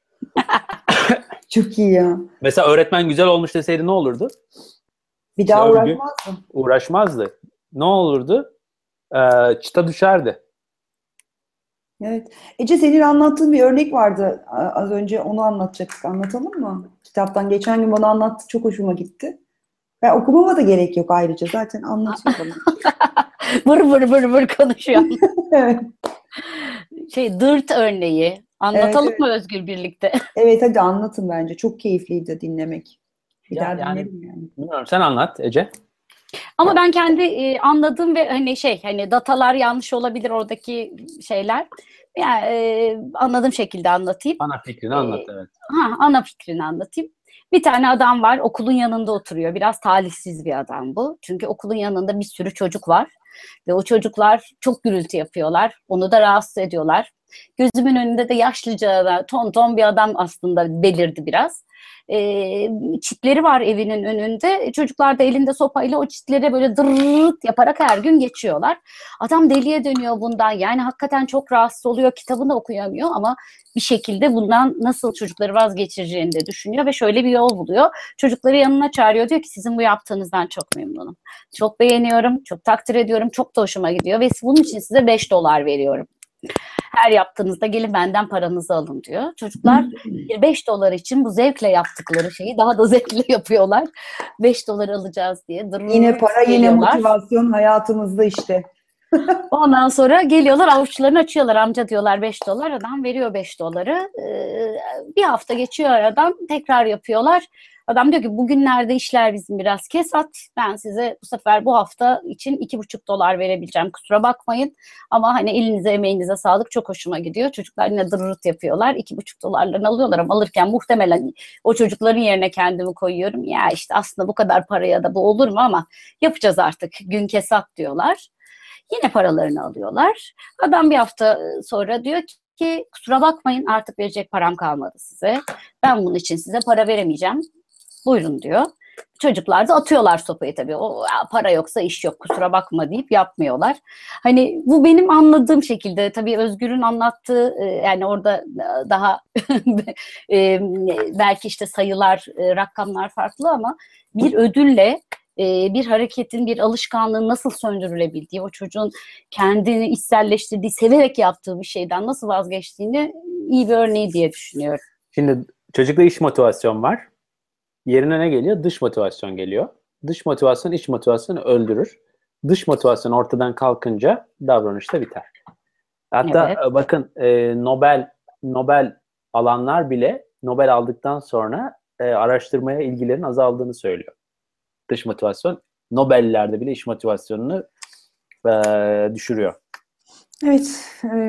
Çok iyi ya. Mesela öğretmen güzel olmuş deseydi ne olurdu? Bir daha Örgü uğraşmazdım. uğraşmazdı. Ne olurdu? Çıta düşerdi. Evet. Ece senin anlattığın bir örnek vardı. Az önce onu anlatacaktık. Anlatalım mı? Kitaptan geçen gün bana anlattı. Çok hoşuma gitti. Ben okumama da gerek yok ayrıca. Zaten anlatıyor bana. Vır konuşuyor. Evet. Dırt örneği. Anlatalım Evet. mı Özgür birlikte? Evet hadi anlatın bence. Çok keyifliydi dinlemek. Bir daha Yani dinlerim yani. bilmiyorum sen anlat Ece. Ama ben kendi anladığım ve hani datalar yanlış olabilir oradaki şeyler. Yani anladığım şekilde anlatayım. Ana fikrini anlat evet. Ana fikrini anlatayım. Bir tane adam var, okulun yanında oturuyor. Biraz talihsiz bir adam bu. Çünkü okulun yanında bir sürü çocuk var. Ve o çocuklar çok gürültü yapıyorlar. Onu da rahatsız ediyorlar. Gözümün önünde de yaşlıca, ton bir adam aslında belirdi biraz. Çitleri var evinin önünde. Çocuklar da elinde sopayla o çitlere böyle dırırt yaparak her gün geçiyorlar. Adam deliye dönüyor bundan. Yani hakikaten çok rahatsız oluyor. Kitabını okuyamıyor ama bir şekilde bundan nasıl çocukları vazgeçireceğini de düşünüyor ve şöyle bir yol buluyor. Çocukları yanına çağırıyor. Diyor ki sizin bu yaptığınızdan çok memnunum. Çok beğeniyorum, çok takdir ediyorum, çok da hoşuma gidiyor ve bunun için size $5 veriyorum. Her yaptığınızda gelin benden paranızı alın diyor. Çocuklar $5 için bu zevkle yaptıkları şeyi daha da zevkle yapıyorlar. $5 alacağız diye. Yine para, yine geliyorlar. motivasyon hayatımızda işte. Ondan sonra geliyorlar avuçlarını açıyorlar. Amca diyorlar $5. Adam veriyor $5. Bir hafta geçiyor aradan tekrar yapıyorlar. Adam diyor ki bugünlerde işler bizim biraz kesat. Ben size bu sefer bu hafta için $2,5 verebileceğim. Kusura bakmayın. Ama hani elinize emeğinize sağlık çok hoşuma gidiyor. Çocuklar yine dırırt yapıyorlar. $2,5'larını alıyorlar ama alırken muhtemelen o çocukların yerine kendimi koyuyorum. Ya işte aslında bu kadar paraya da bu olur mu ama yapacağız artık. Gün kesat diyorlar. Yine paralarını alıyorlar. Adam bir hafta sonra diyor ki ki kusura bakmayın artık verecek param kalmadı size. Ben bunun için size para veremeyeceğim. Buyurun diyor. Çocuklar da atıyorlar sopayı tabii. O para yoksa iş yok kusura bakma deyip yapmıyorlar. Hani bu benim anladığım şekilde tabii Özgür'ün anlattığı yani orada daha belki işte sayılar, rakamlar farklı ama bir ödülle bir hareketin, bir alışkanlığın nasıl söndürülebildiği, o çocuğun kendini içselleştirdiği, severek yaptığı bir şeyden nasıl vazgeçtiğini iyi bir örneği diye düşünüyorum. Şimdi çocukta iç motivasyon var. Yerine ne geliyor? Dış motivasyon geliyor. Dış motivasyon iç motivasyonu öldürür. Dış motivasyon ortadan kalkınca davranış da biter. Hatta Evet. bakın Nobel alanlar bile Nobel aldıktan sonra araştırmaya ilgilerin azaldığını söylüyor. Dış motivasyon Nobel'lerde bile iç motivasyonunu düşürüyor. Evet.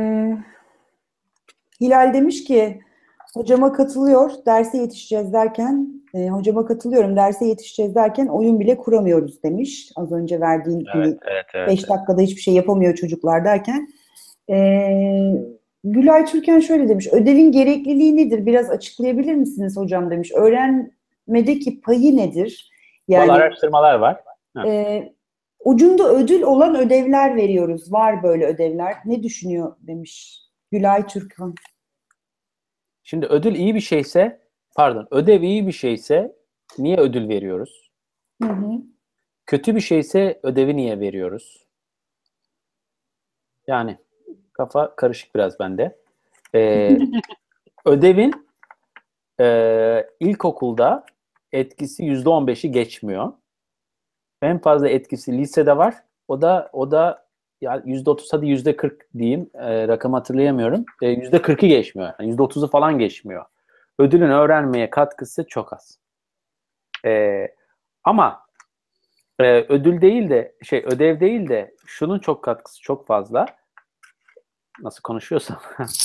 Hilal demiş ki hocama katılıyor, derse yetişeceğiz derken hocama katılıyorum, derse yetişeceğiz derken oyun bile kuramıyoruz demiş. Az önce verdiğin Evet. 5 dakikada hiçbir şey yapamıyor çocuklar derken. Gülay Türkan şöyle demiş, ödevin gerekliliği nedir? Biraz açıklayabilir misiniz hocam demiş. Öğrenmedeki payı nedir? Yani Yani araştırmalar var. ucunda ödül olan ödevler veriyoruz. Var böyle ödevler. Ne düşünüyor demiş Gülay Türkan. Şimdi ödev iyi bir şeyse niye ödül veriyoruz? Hı hı. Kötü bir şeyse ödevi niye veriyoruz? Yani kafa karışık biraz bende. Ödevin ilkokulda etkisi %15'i geçmiyor. En fazla etkisi lisede var. O da yani %30 hadi %40 diyeyim. Rakamı hatırlayamıyorum. %40'ı geçmiyor. Yani %30'u falan geçmiyor. Ödülün öğrenmeye katkısı çok az. Ama ödev değil de şunun çok katkısı çok fazla. Nasıl konuşuyorsam.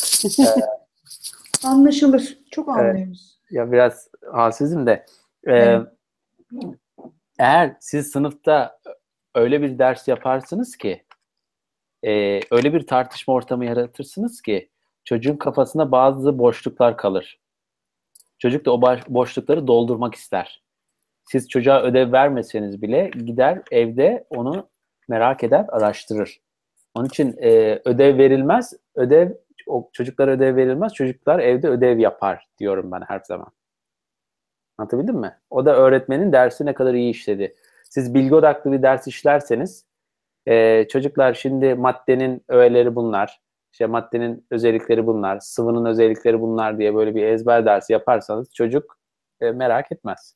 Anlaşılır. Çok anlıyoruz. Ya biraz halsizim de. Evet. Eğer siz sınıfta öyle bir ders yaparsınız ki öyle bir tartışma ortamı yaratırsınız ki çocuğun kafasında bazı boşluklar kalır. Çocuk da o boşlukları doldurmak ister. Siz çocuğa ödev vermeseniz bile gider evde onu merak eder, araştırır. Onun için ödev verilmez, çocuklara ödev verilmez, çocuklar evde ödev yapar diyorum ben her zaman. Anlatabildim mi? O da öğretmenin dersi ne kadar iyi işledi. Siz bilgi odaklı bir ders işlerseniz çocuklar şimdi maddenin öğeleri bunlar, işte maddenin özellikleri bunlar, sıvının özellikleri bunlar diye böyle bir ezber dersi yaparsanız çocuk merak etmez.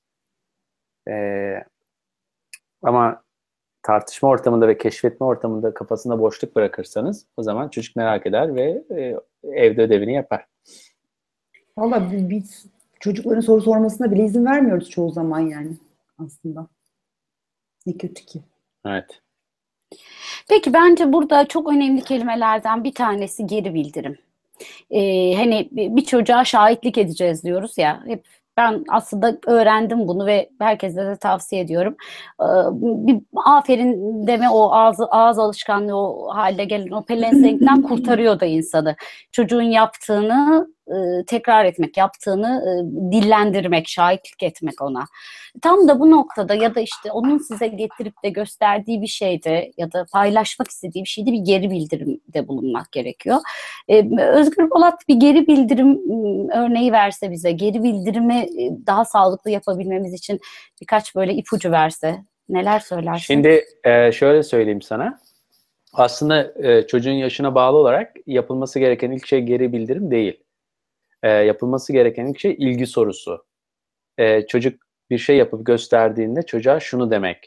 Ama tartışma ortamında ve keşfetme ortamında kafasında boşluk bırakırsanız o zaman çocuk merak eder ve evde ödevini yapar. Vallahi biz çocukların soru sormasına bile izin vermiyoruz çoğu zaman yani aslında. Ne kötü ki. Evet. Peki bence burada çok önemli kelimelerden bir tanesi geri bildirim. Hani bir çocuğa şahitlik edeceğiz diyoruz ya. Hep ben aslında öğrendim bunu ve herkese de tavsiye ediyorum. Bir aferin deme o ağız alışkanlığı o hale gelen o pelensenkten kurtarıyor da insanı. Çocuğun yaptığını tekrar etmek, yaptığını dillendirmek, şahitlik etmek ona. Tam da bu noktada ya da işte onun size getirip de gösterdiği bir şeyde ya da paylaşmak istediği bir şeyde bir geri bildirimde bulunmak gerekiyor. Özgür Bolat bir geri bildirim örneği verse bize, geri bildirimi daha sağlıklı yapabilmemiz için birkaç böyle ipucu verse neler söylersin? Şimdi şöyle söyleyeyim sana. Aslında çocuğun yaşına bağlı olarak yapılması gereken ilk şey geri bildirim değil. Yapılması gereken ilk şey ilgi sorusu. Çocuk bir şey yapıp gösterdiğinde çocuğa şunu demek.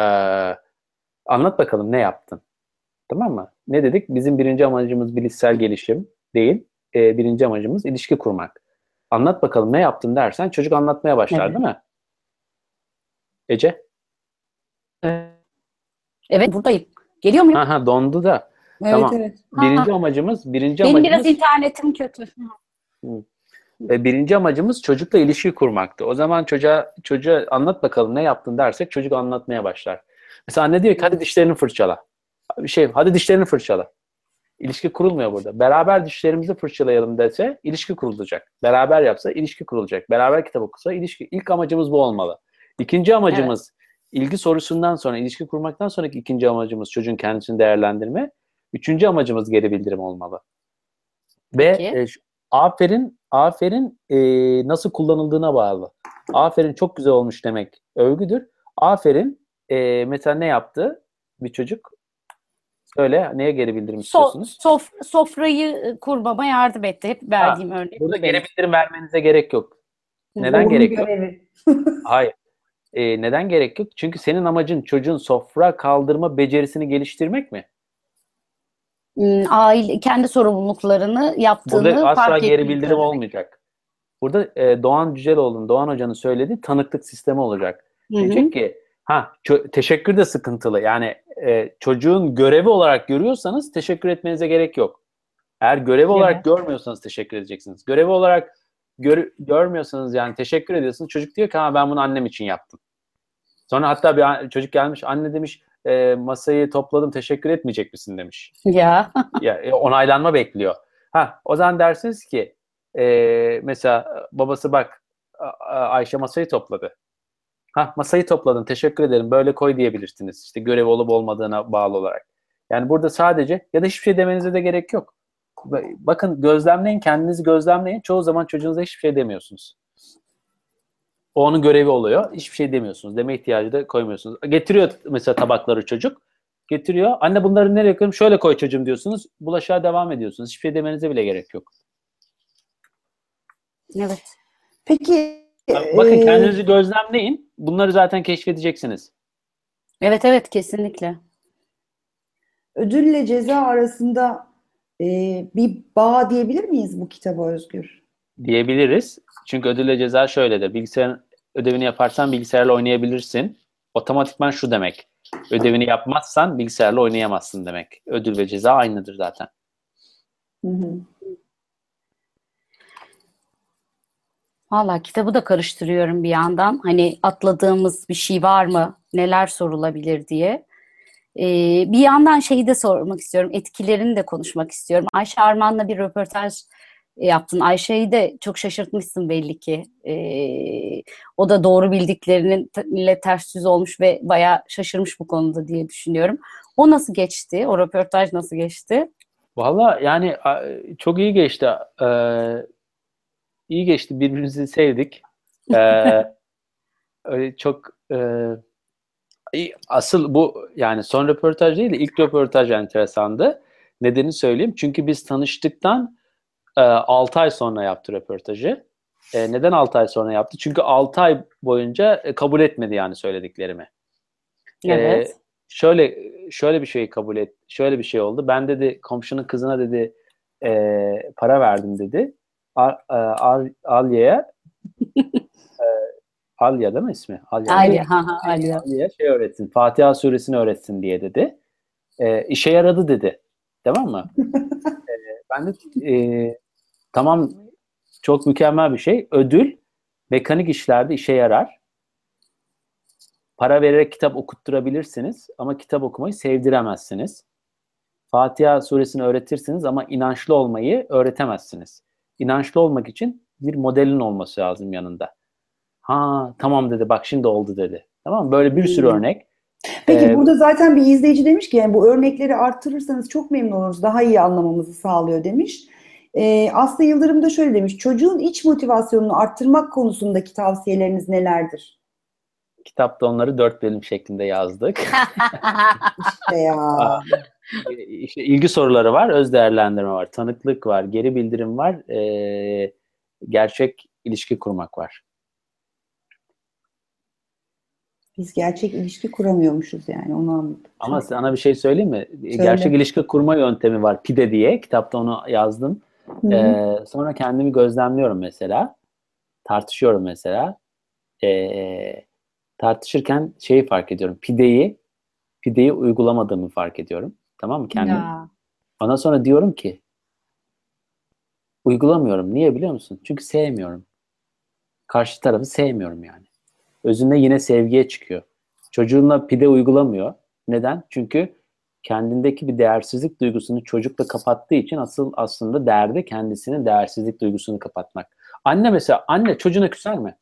Anlat bakalım ne yaptın? Tamam mı? Ne dedik? Bizim birinci amacımız bilişsel gelişim değil. Birinci amacımız ilişki kurmak. Anlat bakalım ne yaptın dersen çocuk anlatmaya başlar, Evet. değil mi? Ece? Evet buradayım. Geliyor muyum? Ha dondu da. Evet, Tamam. evet. Benim biraz internetim kötü. Birinci amacımız çocukla ilişki kurmaktı. O zaman çocuğa anlat bakalım ne yaptın dersek çocuk anlatmaya başlar. Mesela anne diyor ki hadi dişlerini fırçala. Hadi dişlerini fırçala. İlişki kurulmuyor burada. Beraber dişlerimizi fırçalayalım dese ilişki kurulacak. Beraber yapsa ilişki kurulacak. Beraber kitap okusa ilişki. İlk amacımız bu olmalı. İkinci amacımız ilgi sorusundan sonra, ilişki kurmaktan sonraki ikinci amacımız çocuğun kendisini değerlendirme. Üçüncü amacımız geri bildirim olmalı. Ve aferin nasıl kullanıldığına bağlı. Aferin çok güzel olmuş demek övgüdür. Aferin mesela ne yaptı bir çocuk? Söyle, neye geri bildirim istiyorsunuz? Sofrayı kurmama yardım etti. Hep verdiğim örnek. Burada geri bildirim vermenize gerek yok. Neden gerek yok? Hayır. Neden gerek yok? Çünkü senin amacın çocuğun sofra kaldırma becerisini geliştirmek mi? Aile kendi sorumluluklarını yaptığını Burada asla fark geri ettiğini bildirim söylemek. olmayacak. Burada Doğan Cüceloğlu'nun, Doğan Hoca'nın söylediği tanıklık sistemi olacak. Hı hı. Diyecek ki teşekkür de sıkıntılı. Yani çocuğun görevi olarak görüyorsanız teşekkür etmenize gerek yok. Eğer görevi olarak görmüyorsanız teşekkür edeceksiniz. Görevi olarak görmüyorsanız yani teşekkür ediyorsunuz. Çocuk diyor ki ben bunu annem için yaptım. Sonra hatta bir çocuk gelmiş, anne demiş masayı topladım, teşekkür etmeyecek misin demiş. Ya. Onaylanma bekliyor. O zaman dersiniz ki mesela babası bak Ayşe masayı topladı. Masayı topladın, teşekkür ederim, böyle koy diyebilirsiniz. İşte görevi olup olmadığına bağlı olarak. Yani burada sadece ya da hiçbir şey demenize de gerek yok. Bakın gözlemleyin, kendinizi gözlemleyin. Çoğu zaman çocuğunuza hiçbir şey demiyorsunuz. O onun görevi oluyor. Hiçbir şey demiyorsunuz. Deme ihtiyacı da koymuyorsunuz. Getiriyor mesela tabakları çocuk. Getiriyor. Anne bunları nereye koyayım? Şöyle koy çocuğum diyorsunuz. Bulaşığa devam ediyorsunuz. Hiçbir şey demenize bile gerek yok. Evet. Peki bakın kendinizi gözlemleyin. Bunları zaten keşfedeceksiniz. Evet kesinlikle. ödülle ceza arasında bir bağ diyebilir miyiz bu kitaba Özgür? Diyebiliriz. Çünkü ödülle ceza şöyledir. Bilgisayarın ödevini yaparsan bilgisayarla oynayabilirsin. Otomatikman şu demek. Ödevini yapmazsan bilgisayarla oynayamazsın demek. Ödül ve ceza aynıdır zaten. Hı hı. Valla kitabı da karıştırıyorum bir yandan. Hani atladığımız bir şey var mı? Neler sorulabilir diye. Bir yandan şeyi de sormak istiyorum. Etkilerini de konuşmak istiyorum. Ayşe Arman'la bir röportaj yaptın. Ayşe'yi de çok şaşırtmışsın belli ki. O da doğru bildikleriyle ters yüz olmuş ve bayağı şaşırmış bu konuda diye düşünüyorum. O nasıl geçti? O röportaj nasıl geçti? Valla yani çok iyi geçti. İyi geçti. Birbirimizi sevdik. Öyle çok asıl bu yani son röportaj değil de ilk röportaj enteresandı. Nedenini söyleyeyim. Çünkü biz tanıştıktan 6 ay sonra yaptı röportajı. Neden 6 ay sonra yaptı? Çünkü 6 ay boyunca kabul etmedi yani söylediklerimi. Evet. Şöyle bir şey kabul et. Şöyle bir şey oldu. Ben dedi komşunun kızına dedi para verdim dedi. Alya'ya Alya değil mi ismi? Alya. Alya'ya şey öğretsin. Fatiha suresini öğretsin diye dedi. İşe yaradı dedi. Tamam mı? Ben de tamam, çok mükemmel bir şey. Ödül mekanik işlerde işe yarar. Para vererek kitap okutturabilirsiniz ama kitap okumayı sevdiremezsiniz. Fatiha suresini öğretirsiniz ama inançlı olmayı öğretemezsiniz. İnançlı olmak için bir modelin olması lazım yanında. Tamam dedi, bak şimdi oldu dedi. Tamam mı? Böyle bir sürü örnek. Peki burada zaten bir izleyici demiş ki yani bu örnekleri arttırırsanız çok memnun oluruz. Daha iyi anlamamızı sağlıyor demiş. Aslı Yıldırım da şöyle demiş. Çocuğun iç motivasyonunu arttırmak konusundaki tavsiyeleriniz nelerdir? Kitapta onları 4 bölüm şeklinde yazdık. İşte ya. İşte ilgi soruları var, öz değerlendirme var, tanıklık var, geri bildirim var, gerçek ilişki kurmak var. Biz gerçek ilişki kuramıyormuşuz yani onu anladım. Ama sana bir şey söyleyeyim mi? Söyle. Gerçek ilişki kurma yöntemi var. PIDE diye. Kitapta onu yazdım. Sonra kendimi gözlemliyorum mesela. Tartışıyorum mesela. Tartışırken şeyi fark ediyorum. PIDE'yi uygulamadığımı fark ediyorum. Tamam mı? Kendim. Ondan sonra diyorum ki uygulamıyorum. Niye biliyor musun? Çünkü sevmiyorum. Karşı tarafı sevmiyorum yani. Özünde yine sevgiye çıkıyor. Çocuğunla PIDE uygulamıyor. Neden? Çünkü kendindeki bir değersizlik duygusunu çocukla kapattığı için aslında derdi kendisinin değersizlik duygusunu kapatmak. Anne mesela, anne çocuğuna küser mi?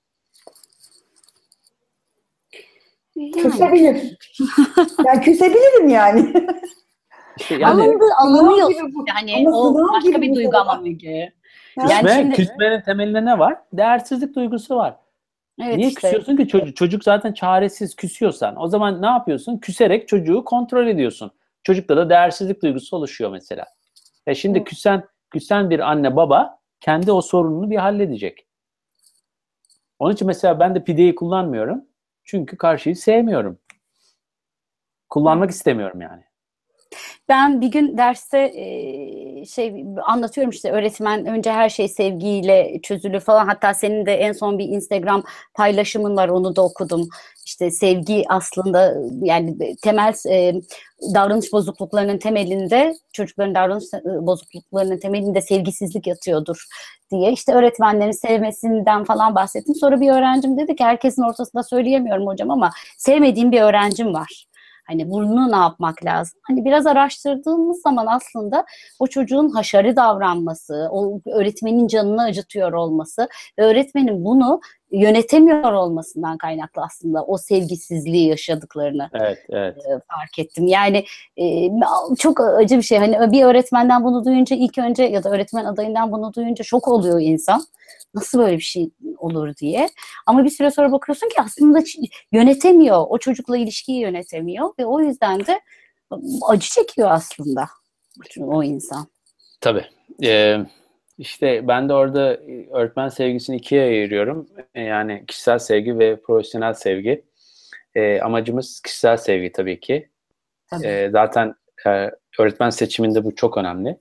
Yani Küsebilir. Yani küsebilirim yani. İşte yani alınıyor. Sınav gibi bu. Yani Ama o sınav başka gibi bir bu duygu sorular. ama Müge. Ha? Yani şimdi küsmenin temelinde ne var? Değersizlik duygusu var. evet Niye işte küsüyorsun ki çocuk? Çocuk zaten çaresiz, küsüyorsan. O zaman ne yapıyorsun? Küserek çocuğu kontrol ediyorsun. Çocukta da değersizlik duygusu oluşuyor mesela. Şimdi Evet. küsen bir anne baba kendi o sorununu bir halledecek. Onun için mesela ben de pideyi kullanmıyorum. Çünkü karşıyı sevmiyorum. Kullanmak istemiyorum yani. ben bir gün derste anlatıyorum işte öğretmen önce her şey sevgiyle çözülür falan. Hatta senin de en son bir Instagram paylaşımın var, onu da okudum. İşte sevgi aslında yani temel davranış bozukluklarının temelinde, çocukların davranış bozukluklarının temelinde sevgisizlik yatıyordur diye. İşte öğretmenlerin sevmesinden falan bahsettim. Sonra bir öğrencim dedi ki herkesin ortasında söyleyemiyorum hocam ama sevmediğim bir öğrencim var. Hani bunu ne yapmak lazım? Hani biraz araştırdığımız zaman aslında o çocuğun haşarı davranması, o öğretmenin canını acıtıyor olması ve öğretmenin bunu yönetemiyor olmasından kaynaklı aslında o sevgisizliği yaşadıklarını Evet, evet. fark ettim. Yani çok acı bir şey. Hani bir öğretmenden bunu duyunca ilk önce ya da öğretmen adayından bunu duyunca şok oluyor insan. Nasıl böyle bir şey olur diye. Ama bir süre sonra bakıyorsun ki aslında yönetemiyor. O çocukla ilişkiyi yönetemiyor ve o yüzden de acı çekiyor aslında o insan. Tabii. İşte ben de orada öğretmen sevgisini ikiye ayırıyorum. Yani kişisel sevgi ve profesyonel sevgi. Amacımız kişisel sevgi tabii ki. Tabii. Zaten öğretmen seçiminde bu çok önemli.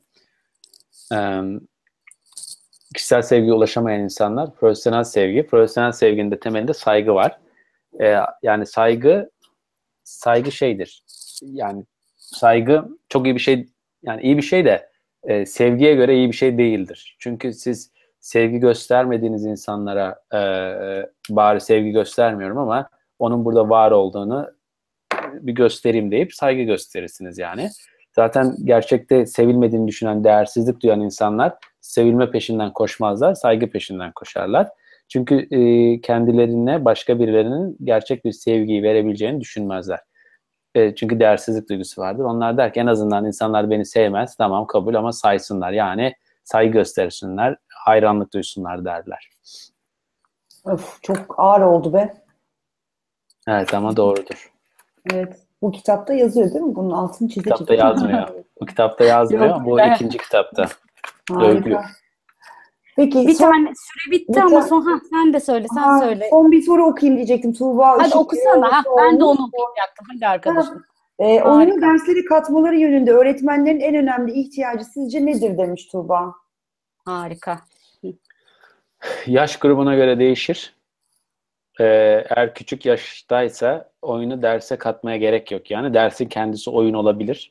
Kişisel sevgiye ulaşamayan insanlar profesyonel sevgi. Profesyonel sevginin de temelinde saygı var. Yani saygı şeydir. Yani saygı çok iyi bir şey, yani iyi bir şey de sevgiye göre iyi bir şey değildir. Çünkü siz sevgi göstermediğiniz insanlara bari sevgi göstermiyorum ama onun burada var olduğunu bir göstereyim deyip saygı gösterirsiniz yani. Zaten gerçekte sevilmediğini düşünen, değersizlik duyan insanlar sevilme peşinden koşmazlar, saygı peşinden koşarlar. Çünkü kendilerine başka birilerinin gerçek bir sevgiyi verebileceğini düşünmezler. Çünkü değersizlik duygusu vardır. Onlar der ki en azından insanlar beni sevmez, tamam kabul ama saysınlar. Yani saygı göstersinler, hayranlık duysunlar derler. Öf, çok ağır oldu be. Evet ama doğrudur. Evet. Bu kitapta yazıyor değil mi? Bunun altını çize Kitapta çize. yazmıyor. Bu kitapta Yok, yazmıyor. Bu ikinci kitapta. Övgü. Harika. Peki Bir tane süre bitti ama sen de söyle, sen söyle. son bir soru okuyayım diyecektim. Tuğba Hadi Işık okusana. Ben de sormuş. onu okuyacaktım. Hadi arkadaşım. Oyunu Harika. derslere katmaları yönünde öğretmenlerin en önemli ihtiyacı sizce nedir demiş Tuğba. Harika. Yaş grubuna göre değişir. Eğer küçük yaştaysa oyunu derse katmaya gerek yok. Yani dersin kendisi oyun olabilir.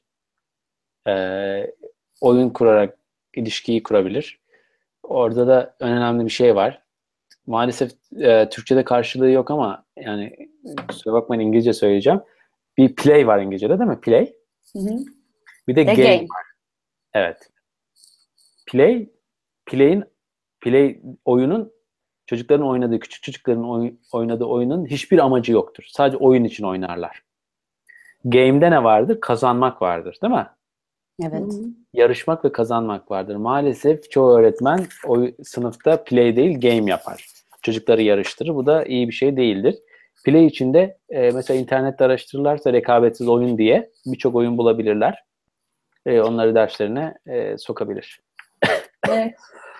Oyun kurarak ilişkiyi kurabilir. Orada da önemli bir şey var. Maalesef Türkçe'de karşılığı yok ama yani kusura bakmayın İngilizce söyleyeceğim. Bir play var İngilizce'de değil mi? Play. Hı hı. Bir de The game game. var. Evet. Play oyunun çocukların oynadığı, küçük çocukların oynadığı oyunun hiçbir amacı yoktur. Sadece oyun için oynarlar. Game'de ne vardır? Kazanmak vardır, değil mi? Evet. Yarışmak ve kazanmak vardır. Maalesef çoğu öğretmen sınıfta play değil game yapar. Çocukları yarıştırır. Bu da iyi bir şey değildir. Play içinde mesela internette araştırırlarsa rekabetsiz oyun diye birçok oyun bulabilirler. Onları derslerine sokabilir. Evet.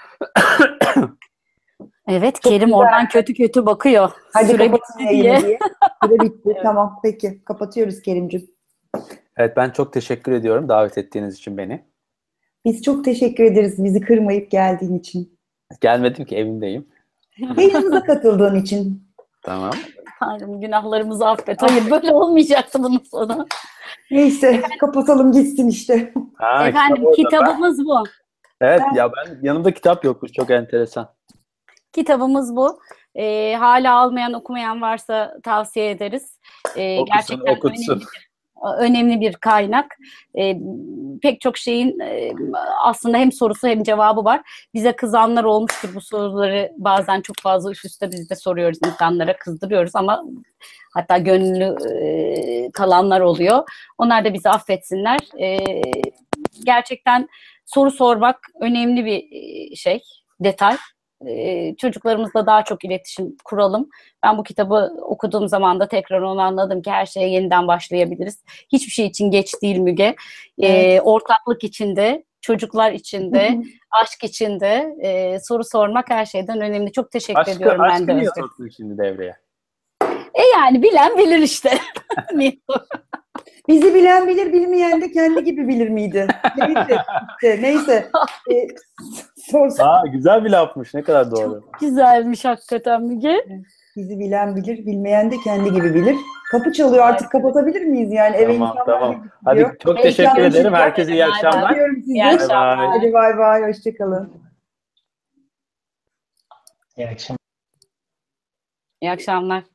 Evet, Çok Kerim güzel. oradan kötü kötü bakıyor. Hadi Süre kapatın bitti yayını diye. diye. Süre bitti. Evet. Tamam. Peki. Kapatıyoruz Kerimciğim. Evet ben çok teşekkür ediyorum davet ettiğiniz için beni. Biz çok teşekkür ederiz bizi kırmayıp geldiğin için. Gelmedim ki evimdeyim. Yayınımıza katıldığın için. Tamam. Tanrım günahlarımızı affet. Hayır böyle olmayacaktı bunun sonu. Neyse kapatalım gitsin işte. Ha, Efendim kitap orada. kitabımız bu. Evet ya ben yanımda kitap yokmuş çok enteresan. Kitabımız bu. Hala almayan okumayan varsa tavsiye ederiz. Okusun, Gerçekten okutsun. önemli. önemli bir kaynak. Pek çok şeyin aslında hem sorusu hem cevabı var. Bize kızanlar olmuştur, bu soruları bazen çok fazla üst üste biz de soruyoruz, insanlara kızdırıyoruz ama hatta gönüllü kalanlar oluyor. Onlar da bizi affetsinler. Gerçekten soru sormak önemli bir detay. Çocuklarımızla daha çok iletişim kuralım. Ben bu kitabı okuduğum zaman da tekrar onu anladım ki her şeye yeniden başlayabiliriz. Hiçbir şey için geç değil Müge. Evet. Ortaklık içinde, çocuklar içinde, aşk içinde soru sormak her şeyden önemli. Çok teşekkür ediyorum ben Aşkı de niye Özgür. soktun şimdi devreye? Yani bilen bilir işte. Bizi bilen bilir, bilmeyen de kendi gibi bilir miydi? Neyse. Güzel bir lafmış. Ne kadar doğru. Çok güzelmiş hakikaten Müge. Bizi bilen bilir, bilmeyen de kendi gibi bilir. Kapı çalıyor, artık kapatabilir miyiz yani? Eve insanlar Tamam. gidiyor. Hadi çok teşekkür ederim. Herkese iyi akşamlar. Öpüyorum sizi. İyi akşamlar. Hadi bay bay, hoşçakalın. İyi akşamlar. İyi akşamlar.